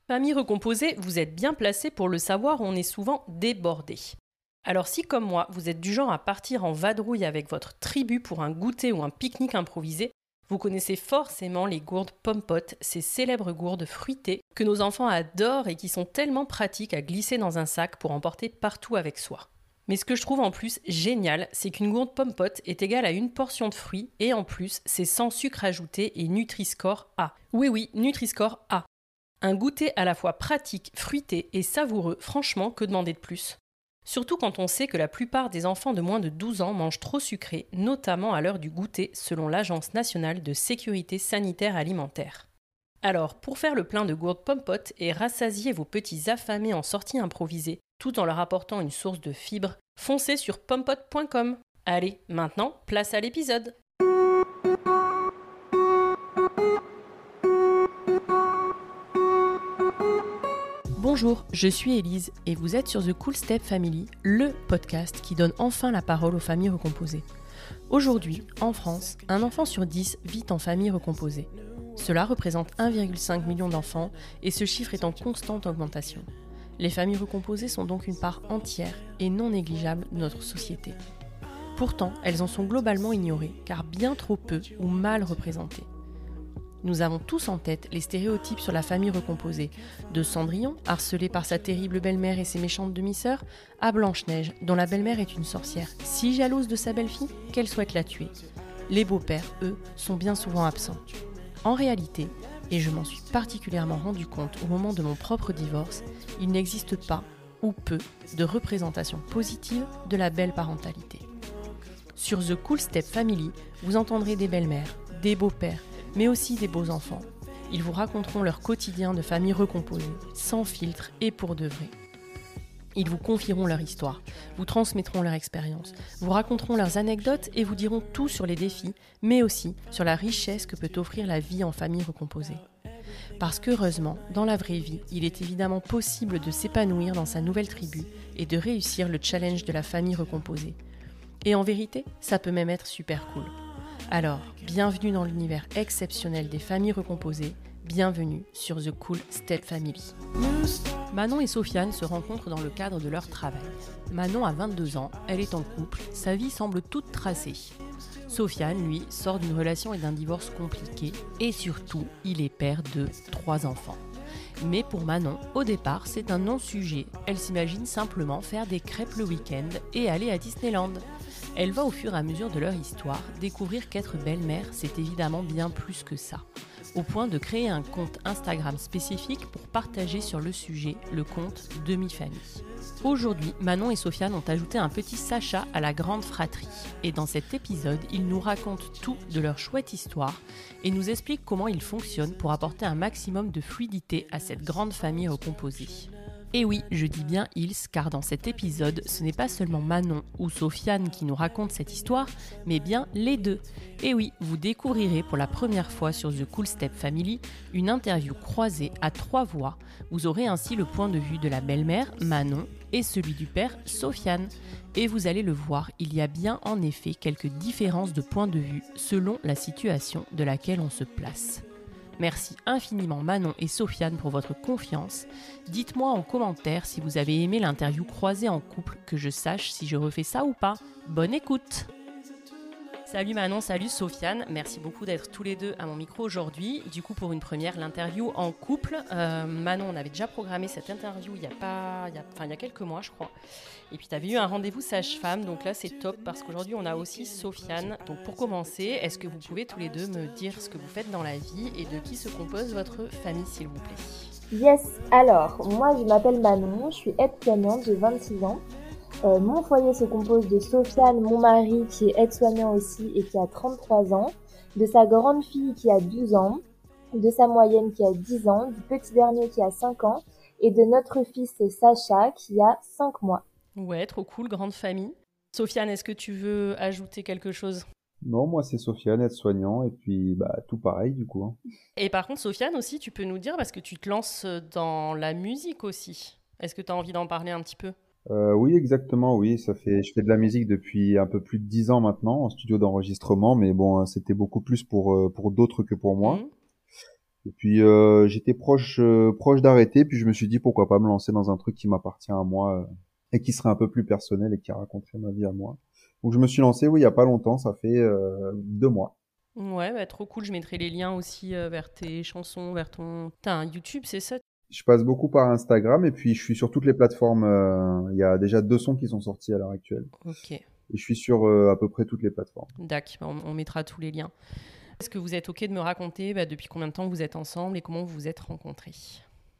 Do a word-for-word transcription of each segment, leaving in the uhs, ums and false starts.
Famille recomposée, vous êtes bien placé pour le savoir, on est souvent débordé. Alors si comme moi, vous êtes du genre à partir en vadrouille avec votre tribu pour un goûter ou un pique-nique improvisé, vous connaissez forcément les gourdes Pom'Pot, ces célèbres gourdes fruitées que nos enfants adorent et qui sont tellement pratiques à glisser dans un sac pour emporter partout avec soi. Mais ce que je trouve en plus génial, c'est qu'une gourde Pom'Pot est égale à une portion de fruits et en plus, c'est sans sucre ajouté et Nutri-Score A. Oui oui, Nutri-Score A. Un goûter à la fois pratique, fruité et savoureux, franchement, que demander de plus ? Surtout quand on sait que la plupart des enfants de moins de douze ans mangent trop sucré, notamment à l'heure du goûter, selon l'Agence nationale de sécurité sanitaire alimentaire. Alors, pour faire le plein de gourdes Pom'Pot et rassasier vos petits affamés en sortie improvisée, tout en leur apportant une source de fibres, foncez sur pompot point com. Allez, maintenant, place à l'épisode. Bonjour, je suis Élise et vous êtes sur The Cool Step Family, le podcast qui donne enfin la parole aux familles recomposées. Aujourd'hui, en France, un enfant sur dix vit en famille recomposée. Cela représente un virgule cinq million d'enfants et ce chiffre est en constante augmentation. Les familles recomposées sont donc une part entière et non négligeable de notre société. Pourtant, elles en sont globalement ignorées car bien trop peu ou mal représentées. Nous avons tous en tête les stéréotypes sur la famille recomposée, de Cendrillon, harcelé par sa terrible belle-mère et ses méchantes demi-sœurs, à Blanche-Neige, dont la belle-mère est une sorcière, si jalouse de sa belle-fille qu'elle souhaite la tuer. Les beaux-pères, eux, sont bien souvent absents. En réalité, et je m'en suis particulièrement rendu compte au moment de mon propre divorce, il n'existe pas, ou peu, de représentation positive de la belle parentalité. Sur The Cool Step Family, vous entendrez des belles-mères, des beaux-pères, mais aussi des beaux enfants. Ils vous raconteront leur quotidien de famille recomposée, sans filtre et pour de vrai. Ils vous confieront leur histoire, vous transmettront leur expérience, vous raconteront leurs anecdotes et vous diront tout sur les défis, mais aussi sur la richesse que peut offrir la vie en famille recomposée. Parce qu'heureusement, dans la vraie vie, il est évidemment possible de s'épanouir dans sa nouvelle tribu et de réussir le challenge de la famille recomposée. Et en vérité, ça peut même être super cool. Alors, bienvenue dans l'univers exceptionnel des familles recomposées, bienvenue sur The Cool Step Family. Manon et Sofiane se rencontrent dans le cadre de leur travail. Manon a vingt-deux ans, elle est en couple, sa vie semble toute tracée. Sofiane, lui, sort d'une relation et d'un divorce compliqué et surtout, il est père de trois enfants. Mais pour Manon, au départ, c'est un non-sujet. Elle s'imagine simplement faire des crêpes le week-end et aller à Disneyland. Elle va au fur et à mesure de leur histoire découvrir qu'être belle-mère, c'est évidemment bien plus que ça. Au point de créer un compte Instagram spécifique pour partager sur le sujet, le compte Demi-Famille. Aujourd'hui, Manon et Sofiane ont ajouté un petit Sacha à la grande fratrie. Et dans cet épisode, ils nous racontent tout de leur chouette histoire et nous expliquent comment ils fonctionnent pour apporter un maximum de fluidité à cette grande famille recomposée. Et oui, je dis bien ils, car dans cet épisode, ce n'est pas seulement Manon ou Sofiane qui nous racontent cette histoire, mais bien les deux. Et oui, vous découvrirez pour la première fois sur The Cool Step Family une interview croisée à trois voix. Vous aurez ainsi le point de vue de la belle-mère, Manon, et celui du père, Sofiane. Et vous allez le voir, il y a bien en effet quelques différences de point de vue selon la situation de laquelle on se place. Merci infiniment Manon et Sofiane pour votre confiance. Dites-moi en commentaire si vous avez aimé l'interview croisée en couple, que je sache si je refais ça ou pas. Bonne écoute! Salut Manon, salut Sofiane, merci beaucoup d'être tous les deux à mon micro aujourd'hui. Du coup, pour une première, l'interview en couple. Euh, Manon, on avait déjà programmé cette interview il y a pas, il y a, enfin il y a quelques mois, je crois. Et puis tu avais eu un rendez-vous sage-femme, donc là c'est top parce qu'aujourd'hui on a aussi Sofiane. Donc pour commencer, est-ce que vous pouvez tous les deux me dire ce que vous faites dans la vie et de qui se compose votre famille, s'il vous plaît? Yes, alors moi je m'appelle Manon, je suis aide-soignante, j'ai vingt-six ans. Euh, mon foyer se compose de Sofiane, mon mari, qui est aide-soignant aussi et qui a trente-trois ans, de sa grande fille qui a douze ans, de sa moyenne qui a dix ans, du petit dernier qui a cinq ans et de notre fils Sacha qui a cinq mois. Ouais, trop cool, grande famille. Sofiane, est-ce que tu veux ajouter quelque chose? Non, moi c'est Sofiane, aide-soignant, et puis bah tout pareil du coup. Hein. Et par contre, Sofiane aussi, tu peux nous dire, parce que tu te lances dans la musique aussi. Est-ce que tu as envie d'en parler un petit peu? Euh, oui, exactement, oui, ça fait, je fais de la musique depuis un peu plus de dix ans maintenant, en studio d'enregistrement, mais bon, c'était beaucoup plus pour, euh, pour d'autres que pour moi. Mmh. Et puis euh, j'étais proche euh, proche d'arrêter, puis je me suis dit pourquoi pas me lancer dans un truc qui m'appartient à moi euh, et qui serait un peu plus personnel et qui raconterait ma vie à moi. Donc je me suis lancé, oui, il y a pas longtemps, ça fait euh, deux mois. Ouais, bah, trop cool. Je mettrai les liens aussi euh, vers tes chansons, vers ton... T'as un YouTube, c'est ça? Je passe beaucoup par Instagram et puis je suis sur toutes les plateformes. euh, Il y a déjà deux sons qui sont sortis à l'heure actuelle. Ok, Et je suis sur euh, à peu près toutes les plateformes. dac, on, on mettra tous les liens. Est-ce que vous êtes ok de me raconter bah, depuis combien de temps vous êtes ensemble et comment vous vous êtes rencontrés?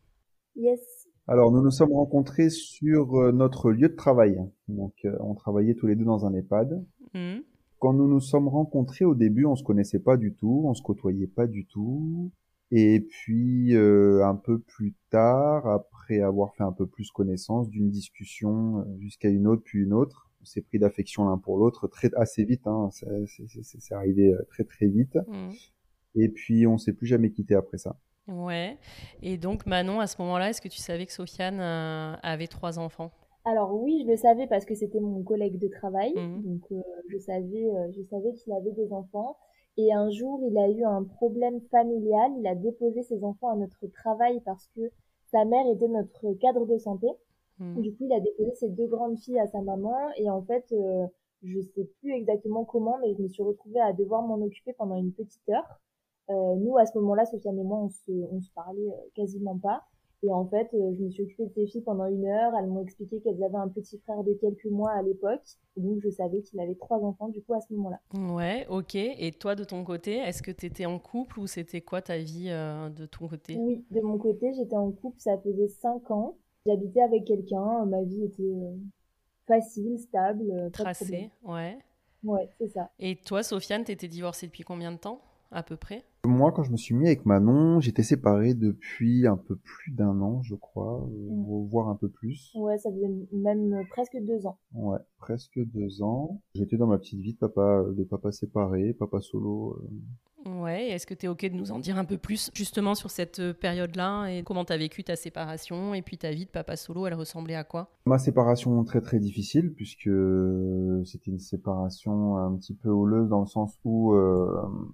Yes. Alors, nous nous sommes rencontrés sur euh, notre lieu de travail. Donc, euh, on travaillait tous les deux dans un EHPAD. Hmm. Quand nous nous sommes rencontrés au début, on se connaissait pas du tout, on se côtoyait pas du tout. Et puis, euh, un peu plus tard, après avoir fait un peu plus connaissance d'une discussion euh, jusqu'à une autre, puis une autre, on s'est pris d'affection l'un pour l'autre très assez vite. Hein, c'est c'est- c'est- c'est arrivé euh, très très vite. Hmm. Et puis, on s'est plus jamais quitté après ça. Ouais. Et donc Manon, à ce moment-là, est-ce que tu savais que Sofiane euh, avait trois enfants? Alors oui, je le savais parce que c'était mon collègue de travail, Hmm. donc euh, je savais, euh, je savais qu'il avait des enfants. Et un jour, il a eu un problème familial. Il a déposé ses enfants à notre travail parce que sa mère était notre cadre de santé. Hmm. Du coup, il a déposé ses deux grandes filles à sa maman. Et en fait, euh, je sais plus exactement comment, mais je me suis retrouvée à devoir m'en occuper pendant une petite heure. Euh, nous, à ce moment-là, Sofiane et moi, on se, on se parlait euh, quasiment pas. Et en fait, euh, je me suis occupée de ces filles pendant une heure. Elles m'ont expliqué qu'elles avaient un petit frère de quelques mois à l'époque. Et donc, je savais qu'il avait trois enfants, du coup, à ce moment-là. Ouais, ok. Et toi, de ton côté, est-ce que tu étais en couple ou c'était quoi ta vie euh, de ton côté? Oui, de mon côté, j'étais en couple, ça faisait cinq ans. J'habitais avec quelqu'un. Ma vie était euh, facile, stable, euh, pas de problème. Tracé, ouais. Ouais, c'est ça. Et toi, Sofiane, t'étais divorcée depuis combien de temps, à peu près? Moi, quand je me suis mis avec Manon, j'étais séparé depuis un peu plus d'un an, je crois, Mm. euh, voire un peu plus. Ouais, ça faisait même euh, presque deux ans. Ouais, presque deux ans. J'étais dans ma petite vie de papa, euh, de papa séparé, papa solo. euh. Ouais, et est-ce que tu es OK de nous en dire un peu plus justement sur cette euh, période-là et comment tu as vécu ta séparation et puis ta vie de papa solo, elle ressemblait à quoi? Ma séparation très très difficile puisque euh, c'était une séparation un petit peu houleuse dans le sens où euh,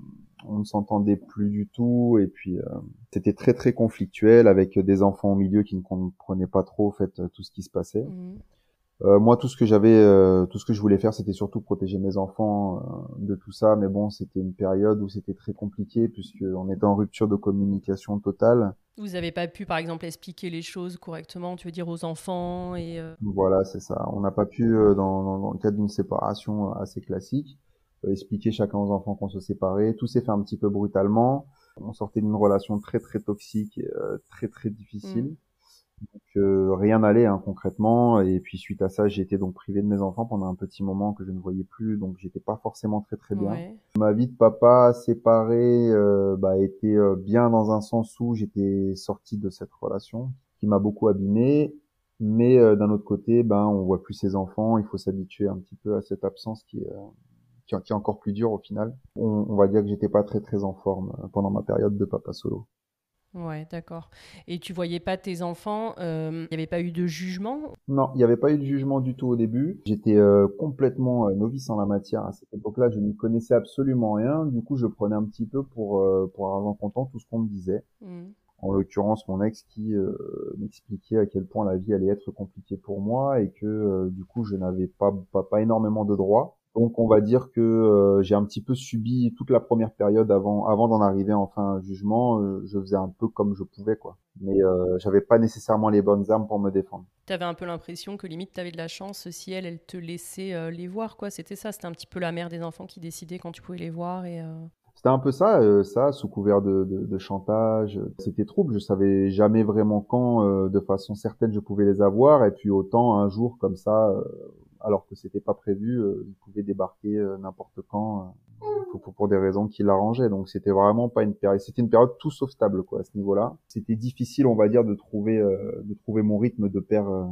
on ne s'entendait plus du tout et puis euh, c'était très très conflictuel avec des enfants au milieu qui ne comprenaient pas trop en fait tout ce qui se passait. Mhm. Euh, moi, tout ce que j'avais, euh, tout ce que je voulais faire, c'était surtout protéger mes enfants euh, de tout ça. Mais bon, c'était une période où c'était très compliqué puisqu'on était en rupture de communication totale. Vous n'avez pas pu, par exemple, expliquer les choses correctement, tu veux dire, aux enfants et... euh, Voilà, c'est ça. On n'a pas pu, euh, dans, dans, dans le cadre d'une séparation assez classique, euh, expliquer chacun aux enfants qu'on se séparait. Tout s'est fait un petit peu brutalement. On sortait d'une relation très très toxique, et, euh, très très mhm. difficile. Donc euh, rien n'allait hein, concrètement et puis suite à ça j'ai été donc privé de mes enfants pendant un petit moment que je ne voyais plus donc j'étais pas forcément très très bien. Ouais. Ma vie de papa séparé euh, bah, était euh, bien dans un sens où j'étais sorti de cette relation qui m'a beaucoup abîmé mais euh, d'un autre côté ben on voit plus ses enfants, il faut s'habituer un petit peu à cette absence qui est euh, qui, qui est encore plus dure au final. On, on va dire que j'étais pas très très en forme euh, pendant ma période de papa solo. Ouais, d'accord. Et tu voyais pas tes enfants, il n'y avait pas eu de jugement? Non, il n'y avait pas eu de jugement du tout au début. J'étais euh, complètement euh, novice en la matière à cette époque-là. Je n'y connaissais absolument rien. Du coup, je prenais un petit peu pour euh, pour argent comptant tout ce qu'on me disait. Mhm. En l'occurrence, mon ex qui euh, m'expliquait à quel point la vie allait être compliquée pour moi et que euh, du coup, je n'avais pas, pas pas énormément de droits. Donc, on va dire que euh, j'ai un petit peu subi toute la première période avant avant d'en arriver enfin à un jugement. Euh, je faisais un peu comme je pouvais, quoi. Mais euh, j'avais pas nécessairement les bonnes armes pour me défendre. T'avais un peu l'impression que limite t'avais de la chance si elle, elle te laissait euh, les voir, quoi. C'était ça, c'était un petit peu la mère des enfants qui décidait quand tu pouvais les voir et... euh, C'était un peu ça, euh, ça, sous couvert de, de, de chantage. C'était trouble, je savais jamais vraiment quand, euh, de façon certaine, je pouvais les avoir. Et puis autant un jour comme ça, euh, alors que c'était pas prévu, euh, ils pouvaient débarquer euh, n'importe quand euh, pour, pour, pour des raisons qui l'arrangeaient. Donc c'était vraiment pas une période, c'était une période tout sauf stable quoi à ce niveau-là. C'était difficile, on va dire, de trouver euh, de trouver mon rythme de père euh,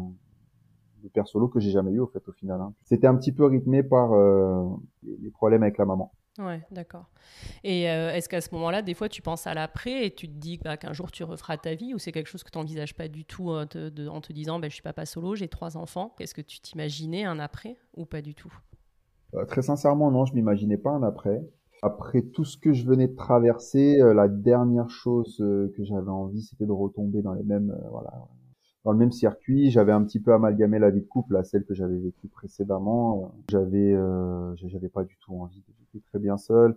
de père solo que j'ai jamais eu au fait au final. Hein. C'était un petit peu rythmé par euh, les problèmes avec la maman. Ouais, d'accord. Et euh, est-ce qu'à ce moment-là, des fois, tu penses à l'après et tu te dis bah, qu'un jour tu referas ta vie ou c'est quelque chose que tu n'envisages pas du tout euh, te- de- en te disant bah, je suis papa solo, j'ai trois enfants. Est-ce que tu t'imaginais un après ou pas du tout? Euh, très sincèrement, non, je m'imaginais pas un après. Après tout ce que je venais de traverser, euh, la dernière chose euh, que j'avais envie, c'était de retomber dans les mêmes, euh, voilà, dans le même circuit. J'avais un petit peu amalgamé la vie de couple à celle que j'avais vécue précédemment. J'avais, euh, j'avais pas du tout envie. J'étais très bien seul.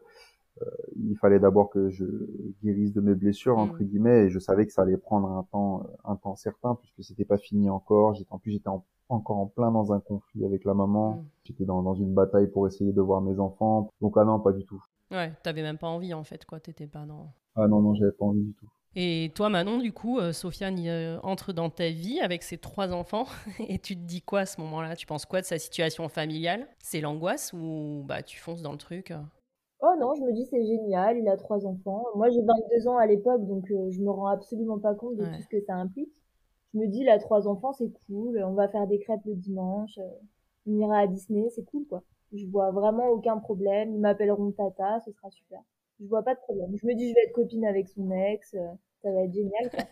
Il fallait d'abord que je guérisse de mes blessures entre Mm. guillemets, et je savais que ça allait prendre un temps, un temps certain, puisque c'était pas fini encore. J'étais en plus j'étais en, encore en plein dans un conflit avec la maman. Mm. J'étais dans, dans une bataille pour essayer de voir mes enfants. Donc ah non, pas du tout. Ouais, t'avais même pas envie en fait, quoi. T'étais pas dans. Ah non non, j'avais pas envie du tout. Et toi, Manon, du coup, euh, Sofiane y, euh, entre dans ta vie avec ses trois enfants et tu te dis quoi à ce moment-là? Tu penses quoi de sa situation familiale? C'est l'angoisse ou bah tu fonces dans le truc? euh Oh non, je me dis c'est génial, il a trois enfants. Moi j'ai vingt-deux ans à l'époque, donc euh, je me rends absolument pas compte de tout Ouais. ce que ça implique. Je me dis, il a trois enfants, c'est cool, on va faire des crêpes le dimanche, euh, on ira à Disney, c'est cool quoi. Je vois vraiment aucun problème, ils m'appelleront Tata, ce sera super. Je vois pas de problème. Je me dis, je vais être copine avec son ex, euh, ça va être génial quoi.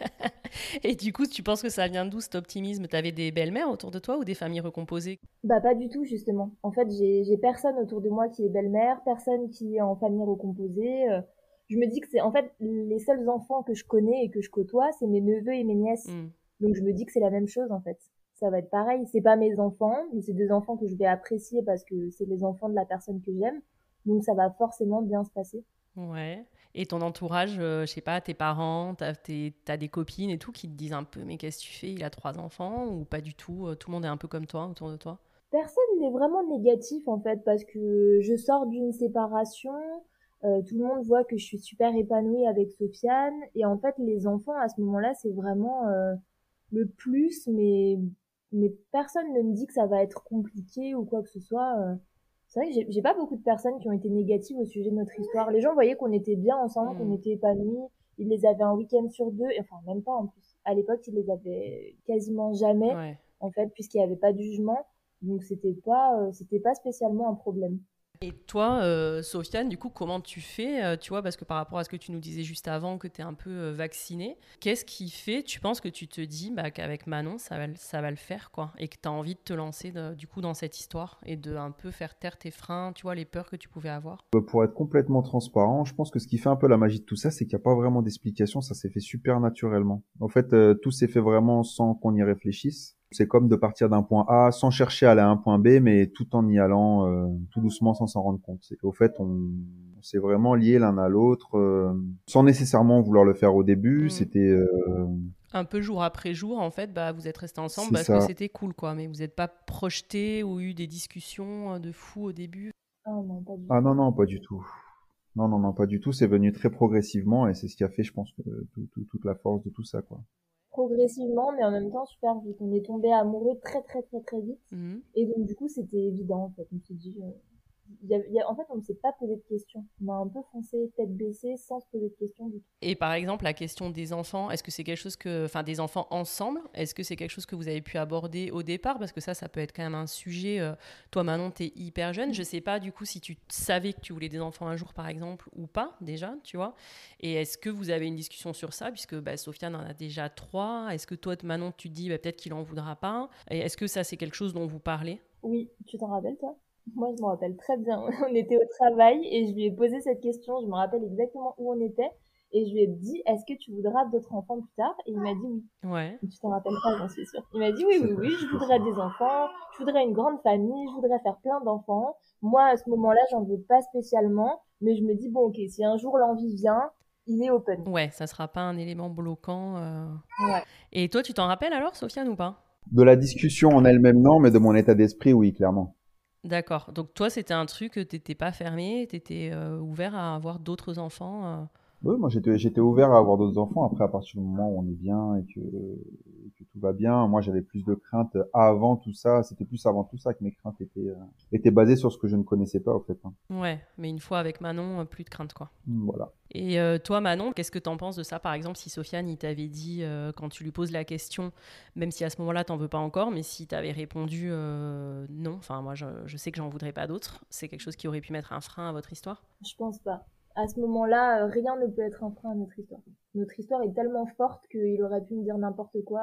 Et du coup, tu penses que ça vient d'où cet optimisme? T'avais des belles-mères autour de toi ou des familles recomposées? Bah pas du tout justement. En fait, j'ai j'ai personne autour de moi qui est belle-mère, personne qui est en famille recomposée. euh, Je me dis que c'est en fait les seuls enfants que je connais et que je côtoie, c'est mes neveux et mes nièces. Hmm. Donc je me dis que c'est la même chose en fait. Ça va être pareil. C'est pas mes enfants, mais c'est des enfants que je vais apprécier parce que c'est les enfants de la personne que j'aime. Donc ça va forcément bien se passer. Ouais. Et ton entourage, euh, je sais pas, tes parents, t'as, tes- t'as des copines et tout qui te disent un peu, mais qu'est-ce que tu fais? Il a trois enfants ou pas du tout? euh, Tout le monde est un peu comme toi autour de toi? Personne n'est vraiment négatif en fait parce que je sors d'une séparation, euh, tout le monde voit que je suis super épanouie avec Sofiane et en fait les enfants à ce moment-là c'est vraiment euh, le plus mais mais personne ne me dit que ça va être compliqué ou quoi que ce soit. euh. C'est vrai que j'ai j'ai pas beaucoup de personnes qui ont été négatives au sujet de notre histoire. Les gens voyaient qu'on était bien ensemble, qu'on Hmm. était épanouis. Ils les avaient un week-end sur deux, et enfin même pas en plus. À l'époque, ils les avaient quasiment jamais Ouais. en fait puisqu'il y avait pas de jugement. Donc c'était pas euh, c'était pas spécialement un problème. Et toi, euh, Sofiane, du coup, comment tu fais, euh, tu vois, parce que par rapport à ce que tu nous disais juste avant, que tu es un peu euh, vaccinée, qu'est-ce qui fait, tu penses que tu te dis bah, qu'avec Manon, ça va, le- ça va le faire, quoi, et que tu as envie de te lancer, de- du coup, dans cette histoire, et de un peu faire taire tes freins, tu vois, les peurs que tu pouvais avoir? Euh, Pour être complètement transparent, je pense que ce qui fait un peu la magie de tout ça, c'est qu'il n'y a pas vraiment d'explication, ça s'est fait super naturellement. En fait, euh, tout s'est fait vraiment sans qu'on y réfléchisse. C'est comme de partir d'un point A sans chercher à aller à un point B, mais tout en y allant euh, tout doucement sans s'en rendre compte. C'est qu'au fait, on, on s'est vraiment liés l'un à l'autre, euh, sans nécessairement vouloir le faire au début. Mhm. C'était, euh, Un peu jour après jour, en fait, bah, vous êtes restés ensemble c'est parce que ça. c'était cool, quoi, mais vous n'êtes pas projetés ou eu des discussions euh, de fou au début. Ah non, pas du Ah non, tout. non, pas du tout. Non, non, non, pas du tout. C'est venu très progressivement et c'est ce qui a fait, je pense, que tout- tout- toute la force de tout ça, quoi. Progressivement, mais en même temps super vite. On est tombé amoureux très très très très vite. Mhm. Et donc du coup c'était évident en fait. On s'est dit, euh, il y a- il y a- en fait on ne s'est pas posé de questions. On a un peu foncé tête baissée sans se poser de questions du tout. Et par exemple, la question des enfants, est-ce que c'est quelque chose que, enfin, des enfants ensemble, est-ce que c'est quelque chose que vous avez pu aborder au départ? Parce que ça, ça peut être quand même un sujet. euh, toi, Manon, t'es hyper jeune. Je sais pas, du coup, si tu savais que tu voulais des enfants un jour, par exemple, ou pas, déjà, tu vois. Et est-ce que vous avez une discussion sur ça? Puisque bah, Sofiane en a déjà trois. Est-ce que toi, Manon, tu te dis bah, peut-être qu'il en voudra pas? Et est-ce que ça, c'est quelque chose dont vous parlez? Oui, tu t'en rappelles toi? Moi je m'en rappelle très bien. On était au travail et je lui ai posé cette question. Je me rappelle exactement où on était et je lui ai dit, est-ce que tu voudras d'autres enfants plus tard? Et il m'a dit oui. Ouais. Tu t'en rappelles pas, j'en suis sûre. Il m'a dit oui, oui, C'était oui, je c'était voudrais ça. des enfants, je voudrais une grande famille, je voudrais faire plein d'enfants. Moi, à ce moment-là, j'en veux pas spécialement, mais je me dis, bon, ok, si un jour l'envie vient, il est open. Ouais, ça sera pas un élément bloquant. euh. Ouais. Et toi, tu t'en rappelles alors, Sofiane, ou pas? De la discussion en elle-même, non, mais de mon état d'esprit, oui, clairement. D'accord. Donc toi, c'était un truc, que t'étais pas fermé, t'étais euh, ouvert à avoir d'autres enfants. euh. Oui, moi j'étais j'étais ouvert à avoir d'autres enfants. Après, à partir du moment où on est bien et que, et que tout va bien, moi j'avais plus de craintes avant tout ça. C'était plus avant tout ça que mes craintes étaient euh, étaient basées sur ce que je ne connaissais pas, au fait, hein. Ouais, mais une fois avec Manon, euh, plus de crainte, quoi. Voilà. Et euh, toi, Manon, qu'est-ce que t'en penses de ça? Par exemple, si Sofiane, il t'avait dit, euh, quand tu lui poses la question, même si à ce moment-là, t'en veux pas encore, mais si t'avais répondu euh, non, enfin, moi, je, je sais que j'en voudrais pas d'autres, c'est quelque chose qui aurait pu mettre un frein à votre histoire? Je pense pas. À ce moment-là, euh, rien ne peut être un frein à notre histoire. Notre histoire est tellement forte qu'il aurait pu me dire n'importe quoi.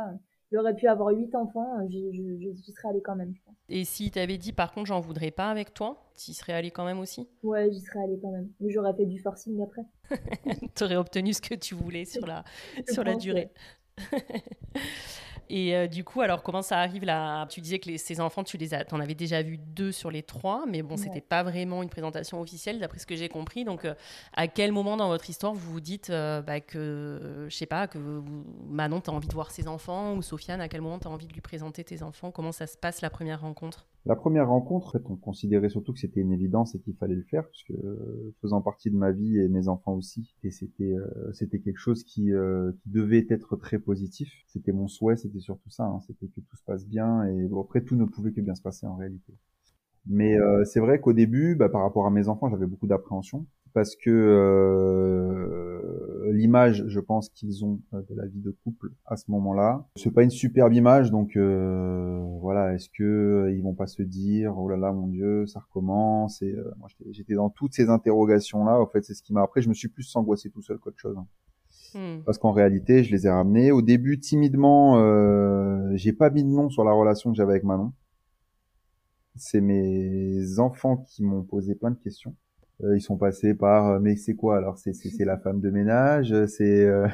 j'aurais pu avoir huit enfants, je, je, je, j'y serais allée quand même, je pense. Et s'il t'avait dit, par contre, j'en voudrais pas avec toi, tu y serais allée quand même aussi? Ouais, j'y serais allée quand même. Mais j'aurais fait du forcing après. Tu aurais obtenu ce que tu voulais sur la, Je sur la pense, durée. ouais. Et euh, du coup, alors comment ça arrive là? Tu disais que les, ces enfants, tu les as, t'en avais déjà vu deux sur les trois, mais bon, c'était Ouais. pas vraiment une présentation officielle, d'après ce que j'ai compris. Donc, euh, à quel moment dans votre histoire vous vous dites euh, bah, que, euh, je sais pas, que vous- Manon, t'as envie de voir ses enfants, ou Sofiane, à quel moment t'as envie de lui présenter tes enfants? Comment ça se passe la première rencontre? La première rencontre, en fait, on considérait surtout que c'était une évidence et qu'il fallait le faire, puisque euh, faisant partie de ma vie et mes enfants aussi, et c'était euh, c'était quelque chose qui, euh, qui devait être très positif. C'était mon souhait, c'était surtout ça, hein, c'était que tout se passe bien, et bon, après tout ne pouvait que bien se passer en réalité. Mais euh, c'est vrai qu'au début, bah, par rapport à mes enfants, j'avais beaucoup d'appréhension parce que euh, l'image, je pense qu'ils ont euh, de la vie de couple à ce moment-là, c'est pas une superbe image. Donc euh, voilà, est-ce que euh, ils vont pas se dire oh là là mon Dieu, ça recommence? Et euh, moi j'étais, j'étais dans toutes ces interrogations-là. En fait, c'est ce qui m'a. Après, je me suis plus angoissé tout seul qu'autre chose, hein. Hmm. Parce qu'en réalité, je les ai ramenés au début timidement. Euh, j'ai pas mis de nom sur la relation que j'avais avec Manon. C'est mes enfants qui m'ont posé plein de questions. Euh, ils sont passés par euh, mais c'est quoi alors? C'est c'est c'est la femme de ménage, c'est euh,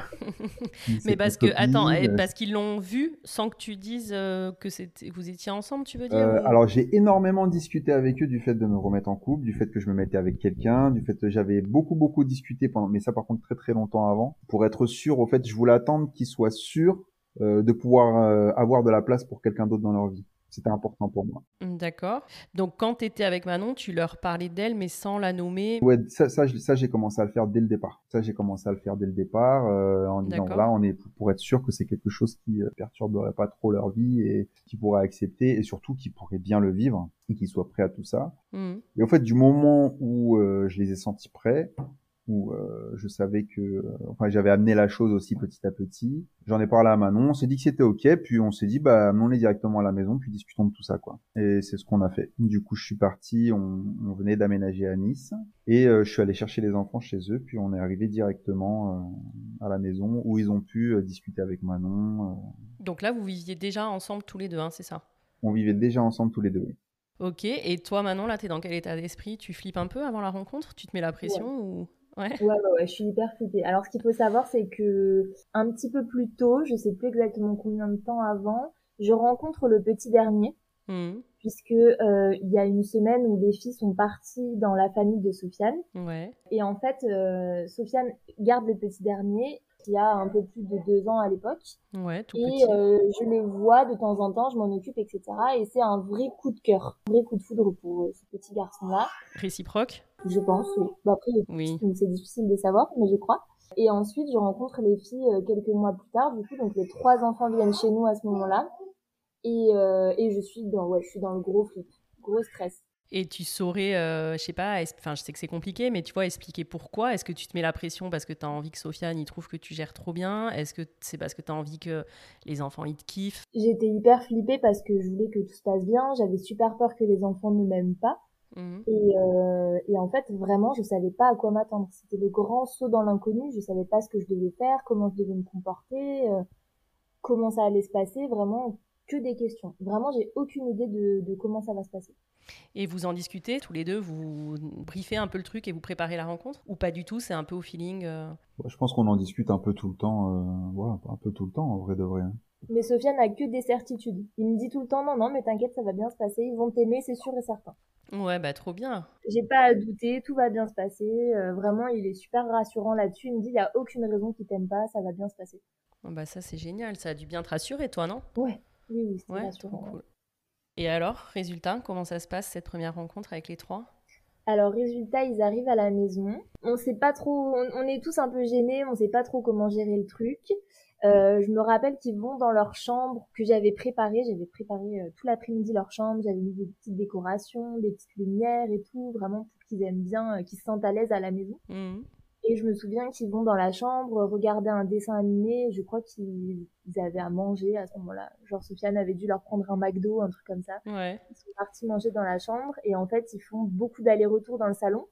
Mais c'est ta parce que, attends, eh, copine. parce qu'ils l'ont vu sans que tu dises euh, que c'était, vous étiez ensemble, tu veux dire Euh, ou... alors j'ai énormément discuté avec eux du fait de me remettre en couple, du fait que je me mettais avec quelqu'un, du fait que j'avais beaucoup beaucoup discuté pendant, mais ça par contre très très longtemps avant, pour être sûr. Au fait, je voulais attendre qu'ils soient sûrs euh, de pouvoir euh, avoir de la place pour quelqu'un d'autre dans leur vie. C'était important pour moi. D'accord. Donc, quand tu étais avec Manon, tu leur parlais d'elle, mais sans la nommer. Ouais, ça, ça, je- ça, j'ai commencé à le faire dès le départ. Ça, j'ai commencé à le faire dès le départ, euh, en disant D'accord. voilà, on est pour être sûr que c'est quelque chose qui euh, perturberait pas trop leur vie et qui pourraient accepter et surtout qui pourraient bien le vivre et qu'ils soient prêts à tout ça. Mhm. Et au fait, du moment où euh, je les ai sentis prêts, où euh, je savais que, euh, enfin, j'avais amené la chose aussi petit à petit. J'en ai parlé à Manon, on s'est dit que c'était ok, puis on s'est dit bah amenons-les directement à la maison, puis discutons de tout ça quoi. Et c'est ce qu'on a fait. Du coup, je suis parti, on, on venait d'aménager à Nice, et euh, je suis allé chercher les enfants chez eux, puis on est arrivé directement euh, à la maison où ils ont pu euh, discuter avec Manon. Euh, Donc là, vous viviez déjà ensemble tous les deux, hein, c'est ça? on vivait déjà ensemble tous les deux. Oui. Ok. Et toi, Manon, là, t'es dans quel état d'esprit? Tu flippes un peu avant la rencontre? Tu te mets la Ouais. pression ou... Ouais. Ouais, ouais, ouais, je suis hyper flippée. Alors, ce qu'il faut savoir, c'est que un petit peu plus tôt, je sais plus exactement combien de temps avant, je rencontre le petit dernier, Mhm. puisque euh, il y a une semaine où les filles sont parties dans la famille de Sofiane. Ouais. Et en fait, euh, Sofiane garde le petit dernier, qui a un peu plus de deux ans à l'époque. Ouais, tout Et petit. euh, je le vois de temps en temps, je m'en occupe, et cetera. Et c'est un vrai coup de cœur, un vrai coup de foudre pour euh, ce petit garçon-là. Réciproque? Je pense, oui. Bah, après, Oui. donc c'est difficile de savoir, mais je crois. Et ensuite, je rencontre les filles euh, quelques mois plus tard, du coup, donc les trois enfants viennent chez nous à ce moment-là. Et, euh, et je suis dans, ouais, je suis dans le gros flip, gros stress. Et tu saurais, euh, je sais pas, es- enfin, je sais que c'est compliqué, mais tu vois, expliquer pourquoi. Est-ce que tu te mets la pression parce que tu as envie que Sofiane il trouve que tu gères trop bien? Est-ce que c'est parce que tu as envie que les enfants ils te kiffent? J'étais hyper flippée parce que je voulais que tout se passe bien. J'avais super peur que les enfants ne m'aiment pas. Mhm. Et, euh, et en fait, vraiment, je savais pas à quoi m'attendre. C'était le grand saut dans l'inconnu. Je savais pas ce que je devais faire, comment je devais me comporter, euh, comment ça allait se passer. Vraiment, que des questions. Vraiment, j'ai aucune idée de, de comment ça va se passer. Et vous en discutez tous les deux, vous briefez un peu le truc et vous préparez la rencontre? Ou pas du tout, c'est un peu au feeling euh Ouais, je pense qu'on en discute un peu tout le temps, euh, voilà, un peu tout le temps en vrai de vrai, hein. Mais Sofiane n'a que des certitudes. Il me dit tout le temps, non, non, mais t'inquiète, ça va bien se passer. Ils vont t'aimer, c'est sûr et certain. Ouais, bah trop bien. J'ai pas à douter, tout va bien se passer. Euh, vraiment, il est super rassurant là-dessus. Il me dit, il y a aucune raison qu'ils t'aiment pas, ça va bien se passer. Oh, bah ça c'est génial, ça a dû bien te rassurer toi, non? Ouais, oui, oui, c'était Ouais, trop rassurant. Ouais. cool. Et alors, résultat, comment ça se passe cette première rencontre avec les trois? Alors, résultat, ils arrivent à la maison. On sait pas trop, on, on est tous un peu gênés, on sait pas trop comment gérer le truc. Euh, je me rappelle qu'ils vont dans leur chambre que j'avais préparée. J'avais préparé euh, tout l'après-midi leur chambre. J'avais mis des petites décorations, des petites lumières et tout, vraiment pour qu'ils aiment bien, euh, qu'ils se sentent à l'aise à la maison. Mhm. Et je me souviens qu'ils vont dans la chambre regarder un dessin animé. Je crois qu'ils ils avaient à manger à ce moment-là. Genre, Sofiane avait dû leur prendre un McDo, un truc comme ça. Ouais. Ils sont partis manger dans la chambre et en fait, ils font beaucoup d'allers-retours dans le salon.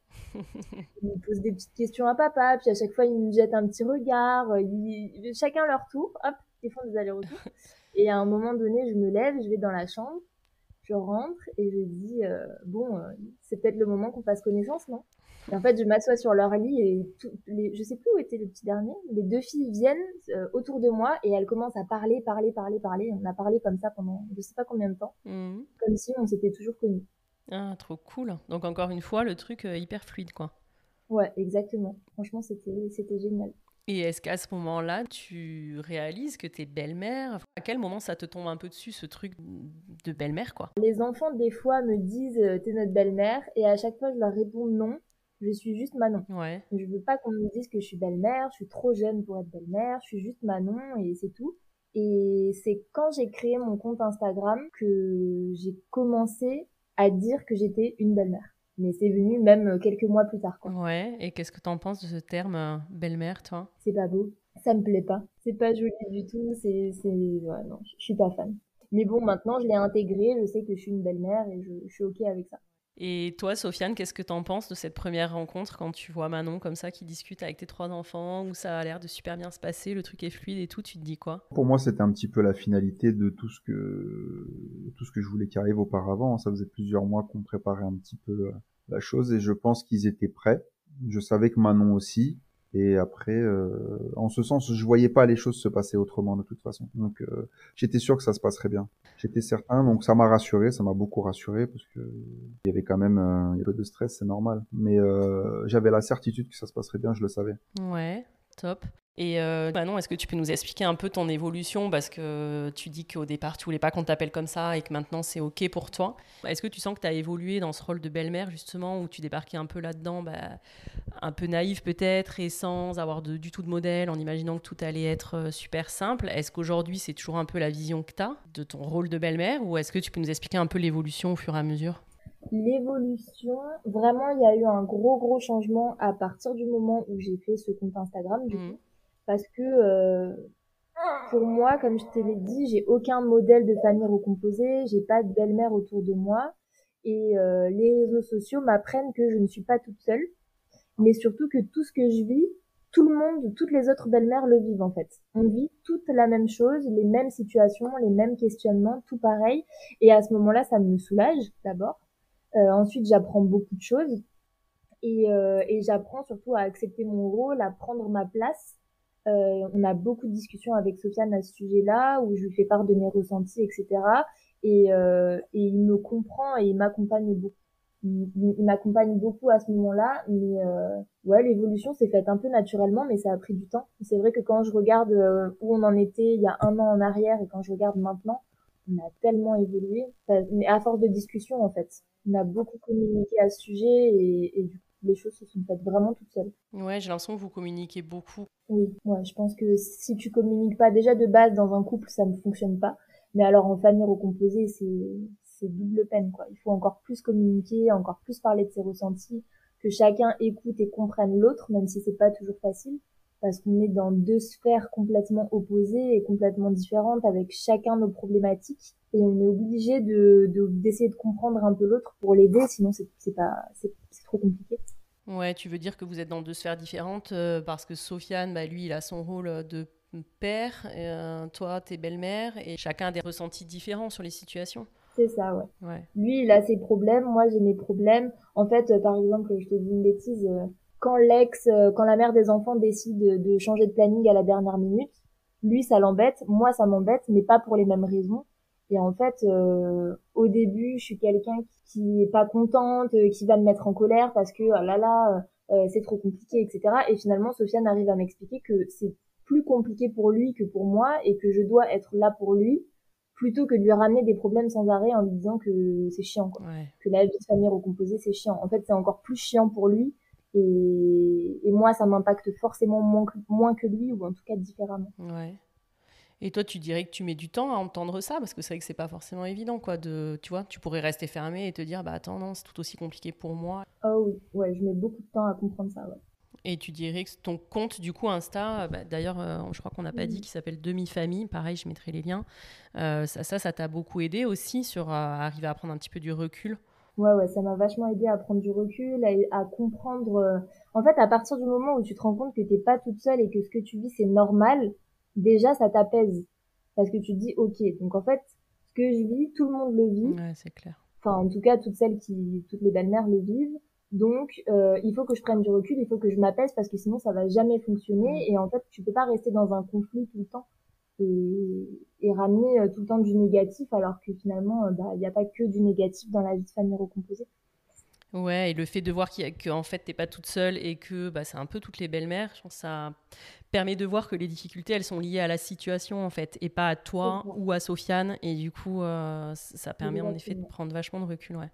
Ils posent des petites questions à papa, puis à chaque fois, ils nous jettent un petit regard. Ils... Chacun leur tour, hop, ils font des allers-retours. Et à un moment donné, je me lève, je vais dans la chambre, je rentre et je dis euh, bon, euh, c'est peut-être le moment qu'on fasse connaissance, non? Et en fait, je m'assois sur leur lit et tout, les, je sais plus où était le petit dernier. Les deux filles viennent euh, autour de moi et elles commencent à parler, parler, parler, parler. On a parlé comme ça pendant je sais pas combien de temps, Mhm. comme si on s'était toujours connus. Ah, trop cool. Donc encore une fois, le truc euh, hyper fluide, quoi. Ouais, exactement. Franchement, c'était c'était génial. Et est-ce qu'à ce moment-là, tu réalises que t'es belle-mère? Enfin, à quel moment ça te tombe un peu dessus, ce truc de belle-mère, quoi? Les enfants, des fois, me disent euh, t'es notre belle-mère et à chaque fois, je leur réponds non, je suis juste Manon. Ouais. Je veux pas qu'on me dise que je suis belle-mère, je suis trop jeune pour être belle-mère, je suis juste Manon et c'est tout. Et c'est quand j'ai créé mon compte Instagram que j'ai commencé à dire que j'étais une belle-mère. Mais c'est venu même quelques mois plus tard, quoi. Ouais. Et qu'est-ce que t'en penses de ce terme euh, belle-mère, toi? C'est pas beau, ça me plaît pas. C'est pas joli du tout, c'est, c'est, ouais, non, je suis pas fan. Mais bon, maintenant, je l'ai intégré, je sais que je suis une belle-mère et je, je suis ok avec ça. Et toi, Sofiane, qu'est-ce que t'en penses de cette première rencontre quand tu vois Manon comme ça qui discute avec tes trois enfants, où ça a l'air de super bien se passer, le truc est fluide et tout, tu te dis quoi? Pour moi, c'était un petit peu la finalité de tout ce que tout ce que je voulais qu'il arrive auparavant. Ça faisait plusieurs mois qu'on préparait un petit peu euh, la chose et je pense qu'ils étaient prêts. Je savais que Manon aussi. Et après, euh, en ce sens, je voyais pas les choses se passer autrement de toute façon. Donc, euh, j'étais sûr que ça se passerait bien. J'étais certain, donc ça m'a rassuré, ça m'a beaucoup rassuré parce que il y avait quand même euh, il y avait de stress, c'est normal. Mais euh, j'avais la certitude que ça se passerait bien, je le savais. Ouais, top. Et euh, Manon, est-ce que tu peux nous expliquer un peu ton évolution parce que tu dis qu'au départ tu voulais pas qu'on t'appelle comme ça et que maintenant c'est ok pour toi. Est-ce que tu sens que tu as évolué dans ce rôle de belle-mère justement où tu débarquais un peu là-dedans, bah, un peu naïve peut-être et sans avoir de, du tout de modèle, en imaginant que tout allait être euh, super simple. Est-ce qu'aujourd'hui c'est toujours un peu la vision que tu as de ton rôle de belle-mère ou est-ce que tu peux nous expliquer un peu l'évolution au fur et à mesure? L'évolution, vraiment, il y a eu un gros, gros changement à partir du moment où j'ai fait ce compte Instagram, du Mhm. coup. Parce que, euh, pour moi, comme je te l'ai dit, j'ai aucun modèle de famille recomposée, j'ai pas de belle-mère autour de moi. Et euh, les réseaux sociaux m'apprennent que je ne suis pas toute seule, mais surtout que tout ce que je vis, tout le monde, toutes les autres belles-mères le vivent en fait. On vit toute la même chose, les mêmes situations, les mêmes questionnements, tout pareil. Et à ce moment-là, ça me soulage d'abord. Euh, ensuite, j'apprends beaucoup de choses et, euh, et j'apprends surtout à accepter mon rôle, à prendre ma place. Euh, on a beaucoup de discussions avec Sofiane à ce sujet-là, où je lui fais part de mes ressentis, et cetera. Et, euh, et il me comprend et il m'accompagne beaucoup. Il, il m'accompagne beaucoup à ce moment-là, mais euh, ouais, l'évolution s'est faite un peu naturellement, mais ça a pris du temps. C'est vrai que quand je regarde euh, où on en était il y a un an en arrière et quand je regarde maintenant, on a tellement évolué, enfin, mais à force de discussion en fait. On a beaucoup communiqué à ce sujet et, et du coup, les choses se sont faites vraiment toutes seules. Ouais, j'ai l'impression que vous communiquez beaucoup. Oui, ouais, je pense que si tu communiques pas déjà de base dans un couple, ça ne fonctionne pas. Mais alors en famille recomposée, c'est c'est double peine quoi. Il faut encore plus communiquer, encore plus parler de ses ressentis, que chacun écoute et comprenne l'autre, même si c'est pas toujours facile, parce qu'on est dans deux sphères complètement opposées et complètement différentes, avec chacun nos problématiques, et on est obligé de de- d'essayer de comprendre un peu l'autre pour l'aider, sinon c'est c'est pas c'est c'est trop compliqué. Ouais, tu veux dire que vous êtes dans deux sphères différentes euh, parce que Sofiane, bah, lui, il a son rôle de père, euh, toi, t'es belle-mère, et chacun a des ressentis différents sur les situations. C'est ça, ouais. Ouais. Lui, il a ses problèmes, moi j'ai mes problèmes. En fait, euh, par exemple, je te dis une bêtise, euh, quand l'ex, euh, quand la mère des enfants décide de, de changer de planning à la dernière minute, lui ça l'embête, moi ça m'embête, mais pas pour les mêmes raisons. Et en fait, euh, au début, je suis quelqu'un qui est pas contente, euh, qui va me mettre en colère parce que oh là là, euh, c'est trop compliqué, et cetera. Et finalement, Sofiane arrive à m'expliquer que c'est plus compliqué pour lui que pour moi et que je dois être là pour lui plutôt que de lui ramener des problèmes sans arrêt en lui disant que c'est chiant, quoi. Ouais. Que la vie de famille recomposée, c'est chiant. En fait, c'est encore plus chiant pour lui. Et, et moi, ça m'impacte forcément moins que, moins que lui, ou en tout cas différemment. Ouais. Et toi, tu dirais que tu mets du temps à entendre ça parce que c'est vrai que c'est pas forcément évident, quoi. De, tu vois, tu pourrais rester fermé et te dire, bah attends, non, c'est tout aussi compliqué pour moi. Oh oui, ouais, je mets beaucoup de temps à comprendre ça, ouais. Et tu dirais que ton compte, du coup, Insta, bah, d'ailleurs, euh, je crois qu'on n'a pas dit, Mhm. qui s'appelle Demi-Famille, pareil, je mettrai les liens. Euh, ça, ça, ça t'a beaucoup aidé aussi sur euh, arriver à prendre un petit peu du recul. Ouais, ouais, ça m'a vachement aidé à prendre du recul, à, à comprendre. euh, En fait, à partir du moment où tu te rends compte que t'es pas toute seule et que ce que tu vis c'est normal, déjà ça t'apaise. parce que tu te dis, ok, donc en fait, ce que je vis, tout le monde le vit. Ouais, c'est clair. Enfin, en tout cas, toutes celles qui, toutes les belles-mères le vivent. Donc, euh, il faut que je prenne du recul, il faut que je m'apaise parce que sinon, ça va jamais fonctionner. Mmh. Et en fait, tu peux pas rester dans un conflit tout le temps et, et ramener euh, tout le temps du négatif, alors que finalement, euh, bah, il n'y a pas que du négatif dans la vie de famille recomposée. Ouais, et le fait de voir qu'il y a, que en fait t'es pas toute seule et que bah, c'est un peu toutes les belles-mères, je pense que ça permet de voir que les difficultés elles sont liées à la situation en fait et pas à C'est toi ça, ou à Sofiane et du coup euh, ça permet en effet de exactement. prendre vachement de recul, ouais.